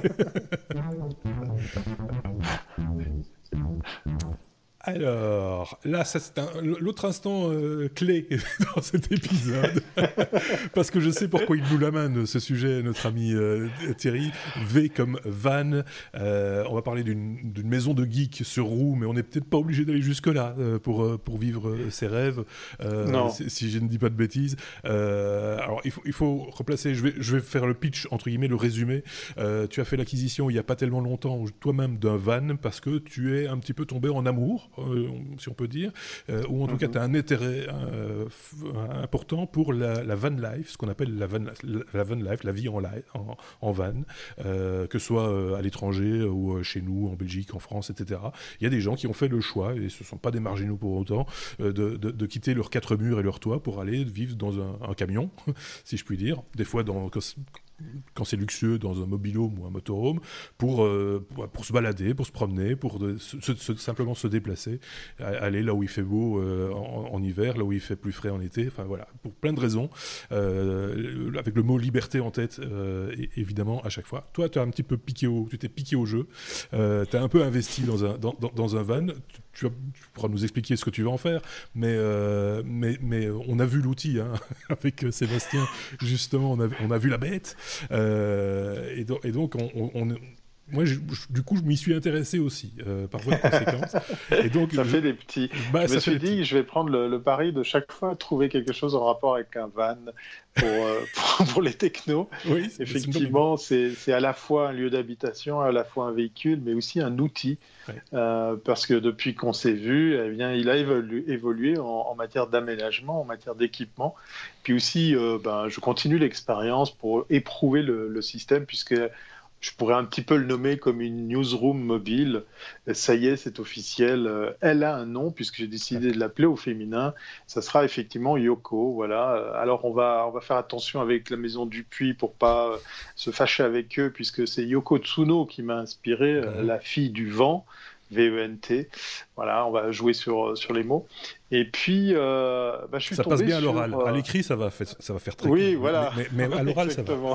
Alors, là, ça, c'est l'autre instant clé dans cet épisode, parce que je sais pourquoi il nous l'amène, ce sujet, notre ami Thierry. V comme van. On va parler d'une maison de geek sur roue, mais on n'est peut-être pas obligé d'aller jusque-là pour vivre ses rêves, si je ne dis pas de bêtises. Alors, il faut replacer, je vais faire le pitch, entre guillemets, le résumé. Tu as fait l'acquisition il n'y a pas tellement longtemps, toi-même, d'un van, parce que tu es un petit peu tombé en amour, si on peut dire, ou en tout cas tu as un intérêt important pour la van life, ce qu'on appelle la van life, la vie en van, que ce soit à l'étranger ou chez nous, en Belgique, en France, etc. Il y a des gens qui ont fait le choix, et ce ne sont pas des marginaux pour autant, de quitter leurs 4 murs et leur toit pour aller vivre dans un camion, si je puis dire, des fois quand c'est luxueux, dans un mobil-home ou un motorhome, pour se balader, pour se promener, pour simplement se déplacer, aller là où il fait beau en hiver, là où il fait plus frais en été, enfin voilà, pour plein de raisons, avec le mot liberté en tête, évidemment, à chaque fois. Toi, tu t'es piqué au jeu, tu as un peu investi dans un van, tu pourras nous expliquer ce que tu vas en faire, mais on a vu l'outil, hein, avec Sébastien, justement, on a vu la bête, et donc moi, du coup, je m'y suis intéressé aussi, par voie de conséquence. Et donc, ça fait des petits. Je me suis dit que je vais prendre le pari de chaque fois trouver quelque chose en rapport avec un van pour les technos. Oui, effectivement, c'est à la fois un lieu d'habitation, à la fois un véhicule, mais aussi un outil. Ouais. Parce que depuis qu'on s'est vu, eh bien, il a évolué en matière d'aménagement, en matière d'équipement. Puis aussi, je continue l'expérience pour éprouver le système, puisque je pourrais un petit peu le nommer comme une newsroom mobile. Ça y est, c'est officiel. Elle a un nom, puisque j'ai décidé de l'appeler au féminin. Ça sera effectivement Yoko. Voilà. Alors, on va faire attention avec la maison Dupuis pour pas se fâcher avec eux, puisque c'est Yoko Tsuno qui m'a inspiré, la fille du vent. V-E-N-T. Voilà, on va jouer sur les mots. Et puis, je suis ça tombé passe bien sur... à l'oral. À l'écrit, ça va faire très oui, cool. Voilà. Mais à l'oral, ça va.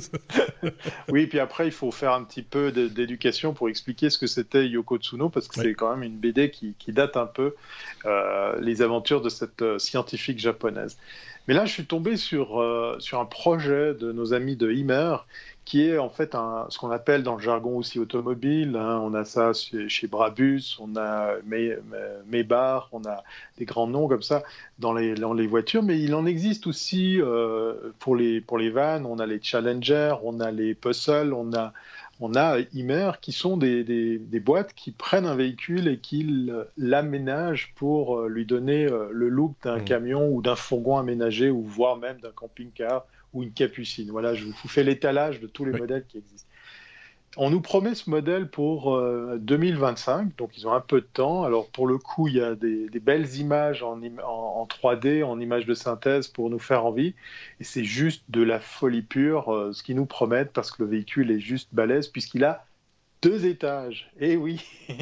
Oui, puis après, il faut faire un petit peu d'éducation pour expliquer ce que c'était Yoko Tsuno, parce que c'est quand même une BD qui date un peu les aventures de cette scientifique japonaise. Mais là, je suis tombé sur un projet de nos amis de Imer qui est en fait ce qu'on appelle dans le jargon aussi automobile. On a ça chez Brabus, on a Maybach, on a des grands noms comme ça dans les voitures, mais il en existe aussi pour les vannes. On a les Challenger, on a les Peugeot, on a Imer, qui sont des boîtes qui prennent un véhicule et qui l'aménagent pour lui donner le look d'un camion ou d'un fourgon aménagé, ou voire même d'un camping-car ou une capucine. Voilà, je vous fais l'étalage de tous les modèles qui existent. On nous promet ce modèle pour 2025, donc ils ont un peu de temps. Alors pour le coup, il y a des belles images en 3D, en images de synthèse pour nous faire envie. Et c'est juste de la folie pure ce qu'ils nous promettent, parce que le véhicule est juste balèze, puisqu'il a 2 étages. Et oui,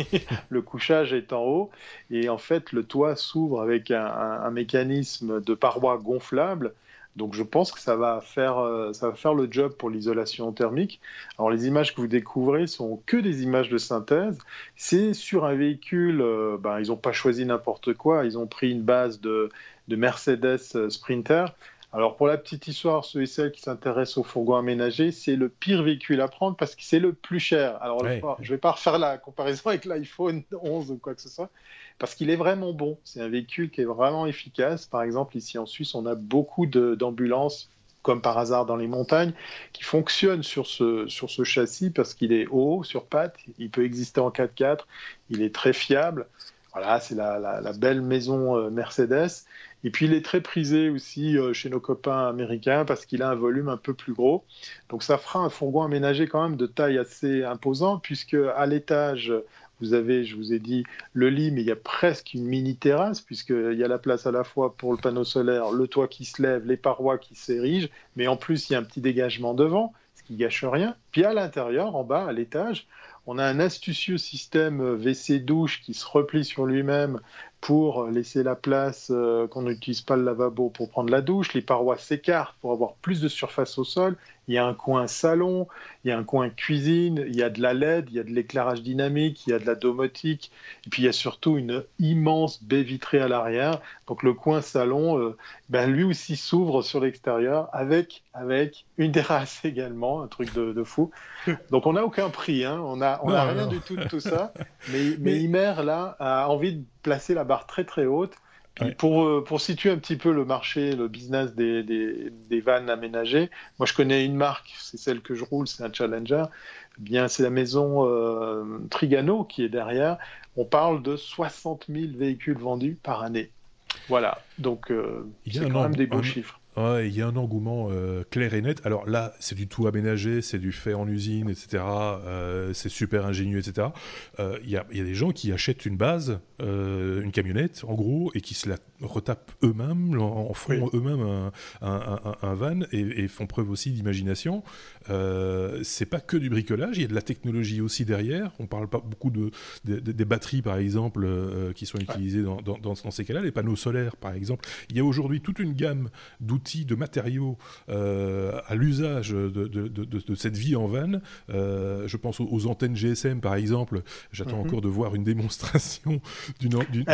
le couchage est en haut. Et en fait, le toit s'ouvre avec un mécanisme de parois gonflable. Donc je pense que ça va faire le job pour l'isolation thermique. Alors les images que vous découvrez sont que des images de synthèse. C'est sur un véhicule, ils n'ont pas choisi n'importe quoi, ils ont pris une base de Mercedes Sprinter. Alors pour la petite histoire, ceux et celles qui s'intéressent aux fourgons aménagés, c'est le pire véhicule à prendre parce que c'est le plus cher. Alors je ne vais pas refaire la comparaison avec l'iPhone 11 ou quoi que ce soit, parce qu'il est vraiment bon. C'est un véhicule qui est vraiment efficace. Par exemple, ici en Suisse, on a beaucoup d'ambulances, comme par hasard dans les montagnes, qui fonctionnent sur ce châssis parce qu'il est haut, sur pattes, il peut exister en 4x4, il est très fiable. Voilà, c'est la belle maison Mercedes. Et puis, il est très prisé aussi chez nos copains américains parce qu'il a un volume un peu plus gros. Donc, ça fera un fourgon aménagé quand même de taille assez imposante, puisque à l'étage, vous avez, je vous ai dit, le lit, mais il y a presque une mini-terrasse, puisqu'il y a la place à la fois pour le panneau solaire, le toit qui se lève, les parois qui s'érigent, mais en plus, il y a un petit dégagement devant, ce qui gâche rien. Puis à l'intérieur, en bas, à l'étage, on a un astucieux système WC-douche qui se replie sur lui-même pour laisser la place qu'on n'utilise pas le lavabo pour prendre la douche. Les parois s'écartent pour avoir plus de surface au sol. Il y a un coin salon, il y a un coin cuisine, il y a de la LED, il y a de l'éclairage dynamique, il y a de la domotique. Et puis il y a surtout une immense baie vitrée à l'arrière. Donc le coin salon, lui aussi s'ouvre sur l'extérieur avec une terrasse également, un truc de fou. Donc on n'a aucun prix, on n'a rien du tout de tout ça. Mais Imer, là, a envie de placer la barre très très haute. Puis pour situer un petit peu le marché, le business des vannes aménagées, moi je connais une marque, c'est celle que je roule, c'est un Challenger. Eh bien, c'est la maison Trigano qui est derrière. On parle de 60 000 véhicules vendus par année. Voilà, donc c'est quand même des beaux chiffres. Il y a un engouement clair et net. Alors là, c'est du tout aménagé, c'est du fait en usine, etc. C'est super ingénieux, etc. Il y a des gens qui achètent une base, une camionnette, en gros, et qui se la retapent eux-mêmes, en font eux-mêmes un van, et font preuve aussi d'imagination. C'est pas que du bricolage, il y a de la technologie aussi derrière. On parle pas beaucoup des batteries, par exemple, qui sont utilisées dans ces cas-là. Les panneaux solaires, par exemple. Il y a aujourd'hui toute une gamme d'outils, de matériaux à l'usage de cette vie en van. Je pense aux antennes GSM, par exemple. J'attends encore de voir une démonstration d'une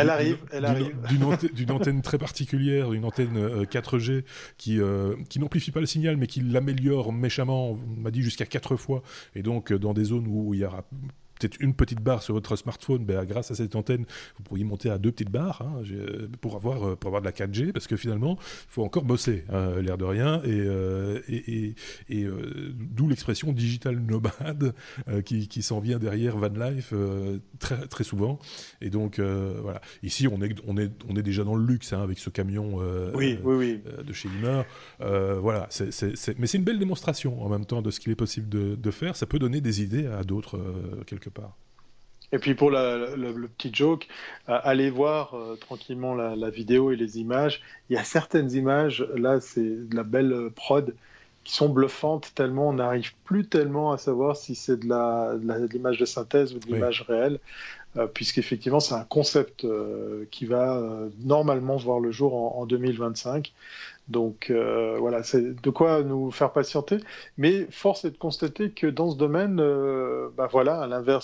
antenne très particulière, une antenne 4G qui n'amplifie pas le signal, mais qui l'améliore méchamment, on m'a dit jusqu'à 4 fois. Et donc, dans des zones où il y aura peut-être une petite barre sur votre smartphone, grâce à cette antenne, vous pourriez monter à 2 petites barres pour avoir de la 4G, parce que finalement, il faut encore bosser, l'air de rien, et d'où l'expression digital nomade qui s'en vient derrière van life très, très souvent. Et donc, voilà. Ici, on est déjà dans le luxe avec ce camion de chez Imer. Voilà. Mais c'est une belle démonstration en même temps de ce qu'il est possible de faire. Ça peut donner des idées à d'autres quelque part. Et puis pour le petit joke, allez voir tranquillement la vidéo et les images. Il y a certaines images, là c'est de la belle prod, qui sont bluffantes tellement on n'arrive plus tellement à savoir si c'est de l'image de synthèse ou de l'image réelle, puisqu'effectivement c'est un concept qui va normalement voir le jour en 2025. Donc voilà, c'est de quoi nous faire patienter. Mais force est de constater que dans ce domaine, à l'inverse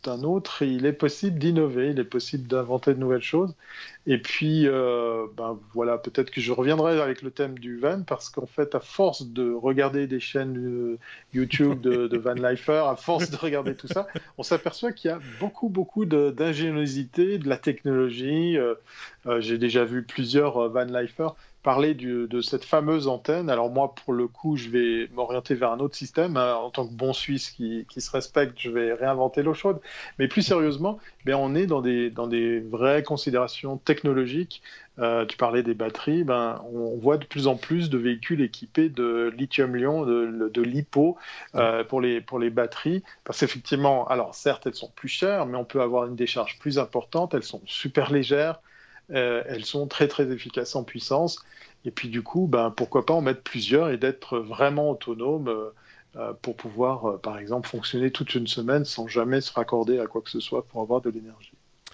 d'un autre, il est possible d'innover, il est possible d'inventer de nouvelles choses. Et puis, voilà, peut-être que je reviendrai avec le thème du van, parce qu'en fait, à force de regarder des chaînes YouTube de van lifers, à force de regarder tout ça, on s'aperçoit qu'il y a beaucoup d'ingéniosité, de la technologie. J'ai déjà vu plusieurs van lifers parler de cette fameuse antenne. Alors moi, pour le coup, je vais m'orienter vers un autre système. En tant que bon Suisse qui se respecte, je vais réinventer l'eau chaude. Mais plus sérieusement, on est dans des vraies considérations technologiques. Tu parlais des batteries. On voit de plus en plus de véhicules équipés de lithium-ion, de LiPo pour les batteries. Parce qu'effectivement, alors certes, elles sont plus chères, mais on peut avoir une décharge plus importante. Elles sont super légères. Elles sont très très efficaces en puissance, et puis du coup pourquoi pas en mettre plusieurs et d'être vraiment autonome pour pouvoir par exemple fonctionner toute une semaine sans jamais se raccorder à quoi que ce soit pour avoir de l'énergie.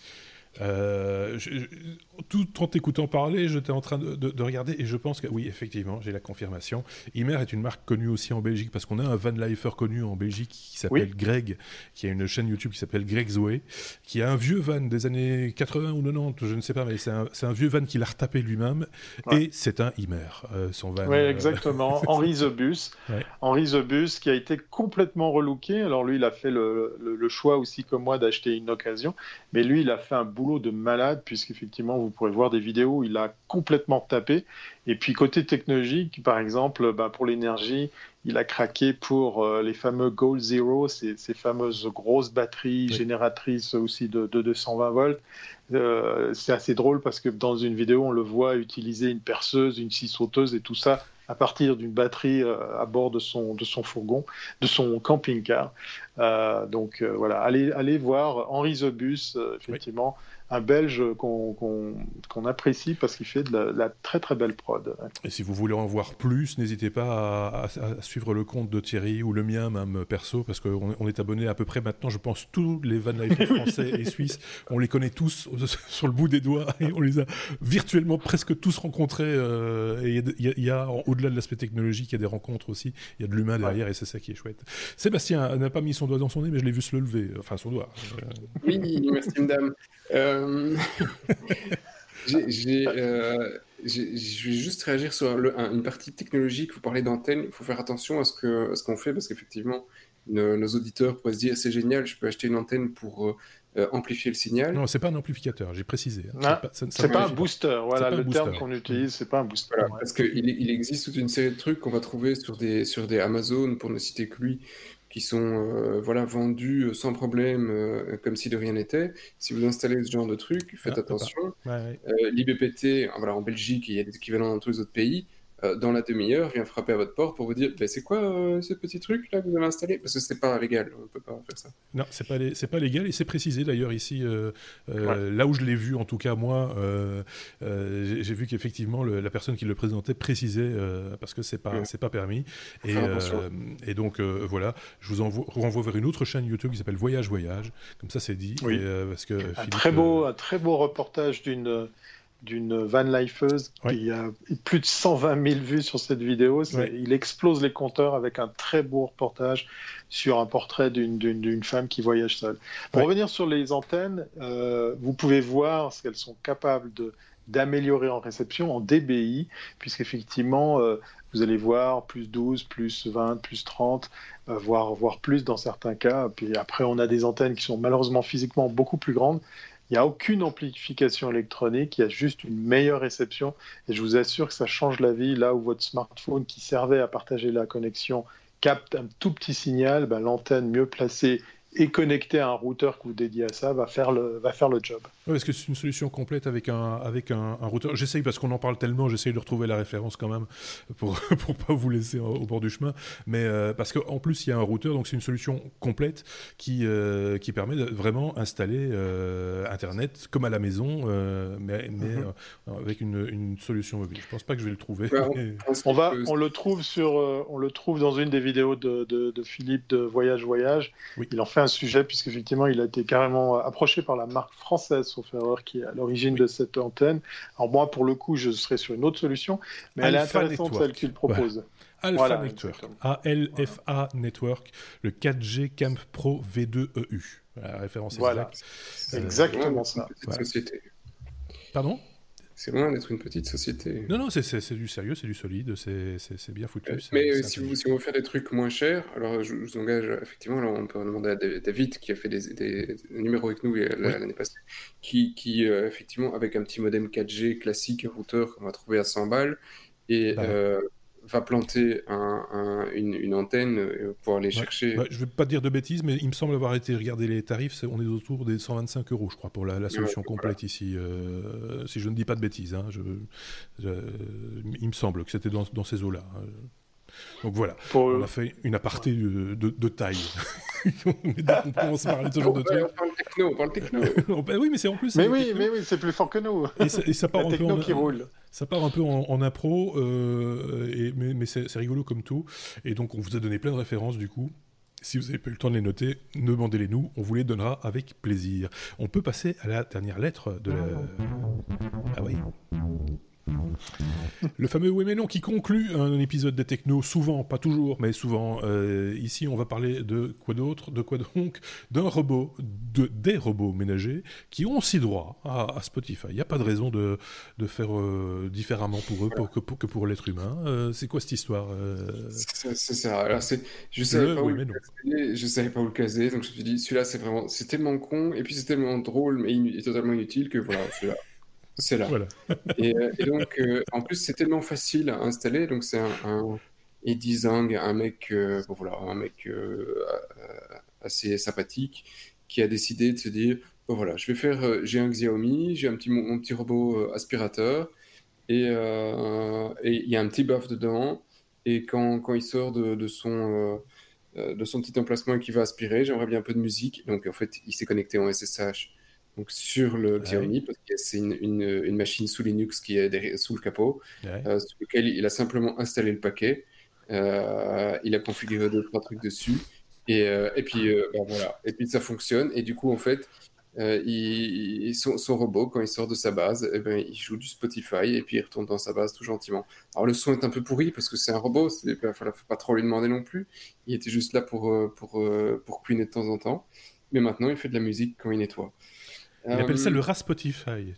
Tout en t'écoutant parler, j'étais en train de regarder et je pense que oui, effectivement, j'ai la confirmation. Imer est une marque connue aussi en Belgique parce qu'on a un van lifer connu en Belgique qui s'appelle Greg, qui a une chaîne YouTube qui s'appelle Greg Zoé, qui a un vieux van des années 80 ou 90, je ne sais pas, mais c'est un vieux van qu'il a retapé lui-même et c'est un Imer, son van. Oui, exactement. Henri The Bus. Henri The Bus qui a été complètement relooké. Alors lui, il a fait le choix aussi comme moi d'acheter une occasion, mais lui, il a fait un boulot de malade, puisqu'effectivement vous pourrez voir des vidéos où il a complètement tapé. Et puis côté technologique, par exemple, pour l'énergie, il a craqué pour les fameux Goal Zero, ces fameuses grosses batteries génératrices aussi de 220 volts. C'est assez drôle parce que dans une vidéo, on le voit utiliser une perceuse, une scie sauteuse et tout ça à partir d'une batterie à bord de son fourgon, de son camping-car. Voilà, allez voir Henri The Bus, effectivement, un Belge qu'on apprécie parce qu'il fait de la très très belle prod. Et si vous voulez en voir plus, n'hésitez pas à suivre le compte de Thierry ou le mien, même perso, parce qu'on est abonné à peu près maintenant, je pense, tous les van life français et suisses. On les connaît tous sur le bout des doigts et on les a virtuellement presque tous rencontrés. Et il y a au-delà de l'aspect technologique, il y a des rencontres aussi. Il y a de l'humain derrière et c'est ça qui est chouette. Sébastien n'a pas mis son doigt dans son nez, mais je l'ai vu se le lever. Enfin, son doigt. Oui, merci madame. Je vais juste réagir sur une partie technologique. Vous parlez d'antenne, il faut faire attention à ce qu'on fait parce qu'effectivement, nos auditeurs pourraient se dire c'est génial, je peux acheter une antenne pour amplifier le signal. Non, c'est pas un amplificateur, j'ai précisé. C'est pas un booster, voilà le terme qu'on utilise, c'est pas un booster. Voilà, parce qu'il existe toute une série de trucs qu'on va trouver sur des Amazon, pour ne citer que lui, qui sont vendus sans problème, comme si de rien n'était. Si vous installez ce genre de truc, faites attention. L'IBPT, en Belgique, il y a des équivalents dans tous les autres pays. Dans la demi-heure, vient frapper à votre porte pour vous dire c'est quoi ce petit truc là que vous avez installé, parce que c'est pas légal, on peut pas faire ça. Non, c'est pas légal et c'est précisé d'ailleurs ici là où je l'ai vu en tout cas moi j'ai vu qu'effectivement la personne qui le présentait précisait parce que c'est pas permis et donc voilà, je vous renvoie vers une autre chaîne YouTube qui s'appelle Voyage, comme ça c'est dit. Parce que un très beau reportage d'une van lifeuse qui a plus de 120 000 vues sur cette vidéo. Il explose les compteurs avec un très beau reportage sur un portrait d'une femme qui voyage seule. Pour revenir sur les antennes, vous pouvez voir ce qu'elles sont capables d'améliorer en réception en dBi, puisqu'effectivement, vous allez voir plus 12, plus 20, plus 30, voire plus dans certains cas. Puis après, on a des antennes qui sont malheureusement physiquement beaucoup plus grandes. Il n'y a aucune amplification électronique, il y a juste une meilleure réception. Et je vous assure que ça change la vie. Là où votre smartphone qui servait à partager la connexion capte un tout petit signal, l'antenne mieux placée et connectée à un routeur que vous dédiez à ça va faire le job. Oui, parce que c'est une solution complète avec un routeur. J'essaye, parce qu'on en parle tellement, j'essaye de retrouver la référence quand même pour pas vous laisser au bord du chemin. Mais parce qu'en plus, il y a un routeur, donc c'est une solution complète qui permet de vraiment installer Internet comme à la maison, mais avec une solution mobile. Je pense pas que je vais le trouver. On le trouve dans une des vidéos de Philippe de Voyage. Oui. Il en fait un sujet, puisqu'effectivement, il a été carrément approché par la marque française, sauf erreur, qui est à l'origine de cette antenne. Alors moi, pour le coup, je serais sur une autre solution, mais elle est intéressante, celle qu'il propose. Alpha Network, ALFA Network, le 4G Camp Pro V2EU. La référence exacte. Exactement ça. Société. Pardon ? C'est loin d'être une petite société. Non, c'est du sérieux, c'est du solide, c'est bien foutu. Mais si on veut faire des trucs moins chers, alors je vous engage, effectivement, là, on peut demander à David, qui a fait des numéros avec nous l'année passée, qui effectivement, avec un petit modem 4G classique, routeur qu'on va trouver à 100 balles, et va planter une antenne pour aller chercher... je ne vais pas dire de bêtises, mais il me semble avoir été regarder les tarifs, on est autour des 125 €, je crois, pour la solution complète ici. Si je ne dis pas de bêtises, hein, il me semble que c'était dans ces eaux-là. Donc voilà, on a fait une aparté de taille. Mais dès qu'on commence à parler de ce genre de trucs... On parle techno. Oui, mais c'est en plus... Mais oui, c'est plus fort que nous. Et ça part la techno qui roule. Ça part un peu en impro, mais c'est rigolo comme tout. Et donc, on vous a donné plein de références, du coup. Si vous n'avez pas eu le temps de les noter, demandez-les-nous, on vous les donnera avec plaisir. On peut passer à la dernière lettre de la... Ah oui. Le fameux oui mais non qui conclut un épisode des technos, souvent, pas toujours, mais souvent. Ici, on va parler de quoi d'autre ? De quoi donc ? D'un robot, des robots ménagers qui ont aussi droit à Spotify. Il n'y a pas de raison de faire différemment pour eux que pour l'être humain. C'est quoi cette histoire C'est ça. Alors, je savais pas où le caser, donc je me suis dit, celui-là, c'est tellement con, et puis c'est tellement drôle, mais totalement inutile que voilà, celui-là. C'est là. Voilà. et donc, en plus, c'est tellement facile à installer. Donc, c'est un Eddie Zhang, un mec assez sympathique, qui a décidé de se dire, voilà, j'ai un Xiaomi, j'ai mon petit robot aspirateur, et il y a un petit baf dedans. Et quand il sort de son petit emplacement et qu'il va aspirer, j'aimerais bien un peu de musique. Donc, en fait, il s'est connecté en SSH. Donc sur le Xiaomi, parce que c'est une machine sous Linux qui est sous le capot, sur lequel il a simplement installé le paquet, il a configuré 2-3 trucs dessus, et puis voilà, et puis ça fonctionne, et du coup en fait, son robot, quand il sort de sa base, il joue du Spotify, et puis il retourne dans sa base tout gentiment. Alors le son est un peu pourri, parce que c'est un robot, il ne faut pas trop lui demander non plus, il était juste là pour couiner de temps en temps, mais maintenant il fait de la musique quand il nettoie. Il appelle ça le Raspotify.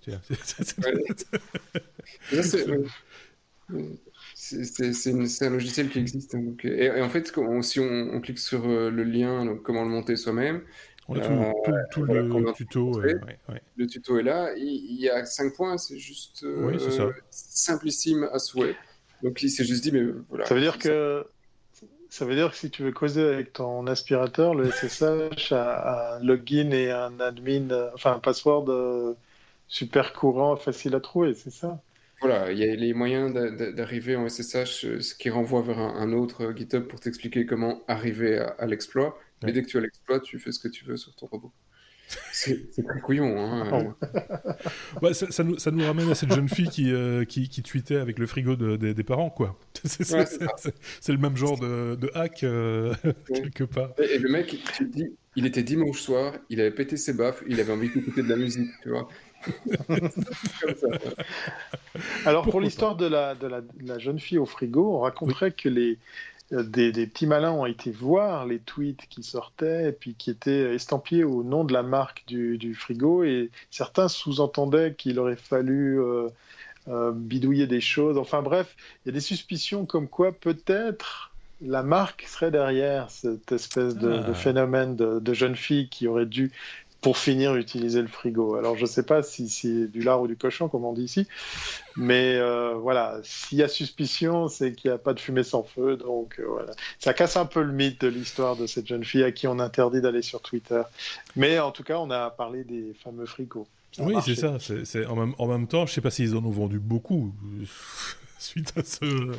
C'est un logiciel qui existe. Hein, donc, et en fait, si on clique sur le lien, donc comment le monter soi-même, on a tout le tuto. Le tuto est là. Il y a 5 points, c'est juste simplissime à souhait. Donc il s'est juste dit, mais voilà. Ça veut dire que si tu veux causer avec ton aspirateur, le SSH a un login et un admin, un password super courant, facile à trouver, c'est ça ? Voilà, il y a les moyens d'arriver en SSH, ce qui renvoie vers un autre GitHub pour t'expliquer comment arriver à l'exploit. Mais dès que tu as l'exploit, tu fais ce que tu veux sur ton robot. C'est très couillon, hein. Ça nous ramène à cette jeune fille qui tweetait avec le frigo des parents, quoi. C'est le même genre de hack, quelque part. Et le mec, tu te dis, il était dimanche soir, il avait pété ses baffes, il avait envie d'écouter de la musique, tu vois. Comme ça. Alors, pour l'histoire de la jeune fille au frigo, on raconterait que des petits malins ont été voir les tweets qui sortaient et puis qui étaient estampillés au nom de la marque du frigo, et certains sous-entendaient qu'il aurait fallu bidouiller des choses. Enfin bref, il y a des suspicions comme quoi peut-être la marque serait derrière cette espèce de phénomène de jeune fille qui aurait dû, pour finir, utiliser le frigo. Alors, je ne sais pas si c'est du lard ou du cochon, comme on dit ici, mais voilà, s'il y a suspicion, c'est qu'il n'y a pas de fumée sans feu, donc voilà. Ça casse un peu le mythe de l'histoire de cette jeune fille à qui on interdit d'aller sur Twitter. Mais en tout cas, on a parlé des fameux frigos. Oui, c'est ça. En même temps, je ne sais pas s'ils en ont vendu beaucoup. Suite à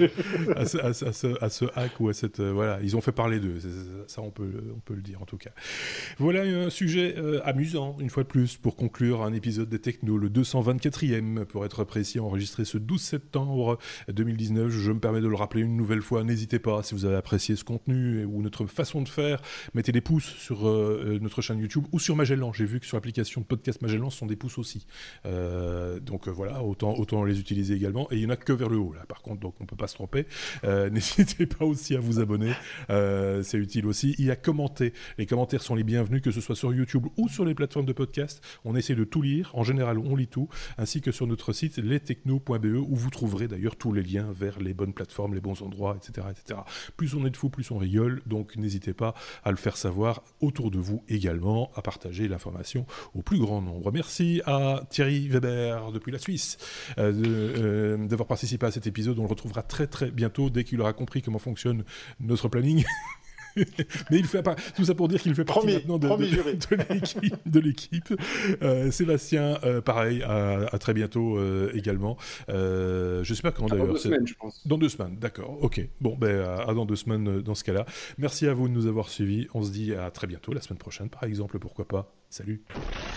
ce hack ou à cette voilà, ils ont fait parler d'eux, ça on peut le dire en tout cas. Voilà un sujet amusant une fois de plus pour conclure un épisode des Technos, le 224e pour être précis, enregistré ce 12 septembre 2019. Je me permets de le rappeler une nouvelle fois, n'hésitez pas si vous avez apprécié ce contenu ou notre façon de faire, mettez des pouces sur notre chaîne YouTube ou sur Magellan. J'ai vu que sur l'application de podcast Magellan ce sont des pouces aussi, donc voilà, autant les utiliser également, et il n'y en a que vers le haut. là, par contre, donc on peut pas se tromper. N'hésitez pas aussi à vous abonner, c'est utile aussi. Il y a commenter. Les commentaires sont les bienvenus, que ce soit sur YouTube ou sur les plateformes de podcast. On essaie de tout lire. En général, on lit tout, ainsi que sur notre site lestechno.be, où vous trouverez d'ailleurs tous les liens vers les bonnes plateformes, les bons endroits, etc., etc. Plus on est de fous, plus on rigole. Donc n'hésitez pas à le faire savoir autour de vous également, à partager l'information au plus grand nombre. Merci à Thierry Weber depuis la Suisse d'avoir participé à cet épisode. On le retrouvera très très bientôt dès qu'il aura compris comment fonctionne notre planning. Mais il fait pas tout ça pour dire qu'il fait partie maintenant de l'équipe. Sébastien, pareil, à très bientôt également. Je sais pas quand d'ailleurs. Dans 2 semaines, je pense. Dans 2 semaines, d'accord. Ok. Bon, à dans 2 semaines dans ce cas-là. Merci à vous de nous avoir suivis. On se dit à très bientôt, la semaine prochaine, par exemple, pourquoi pas. Salut.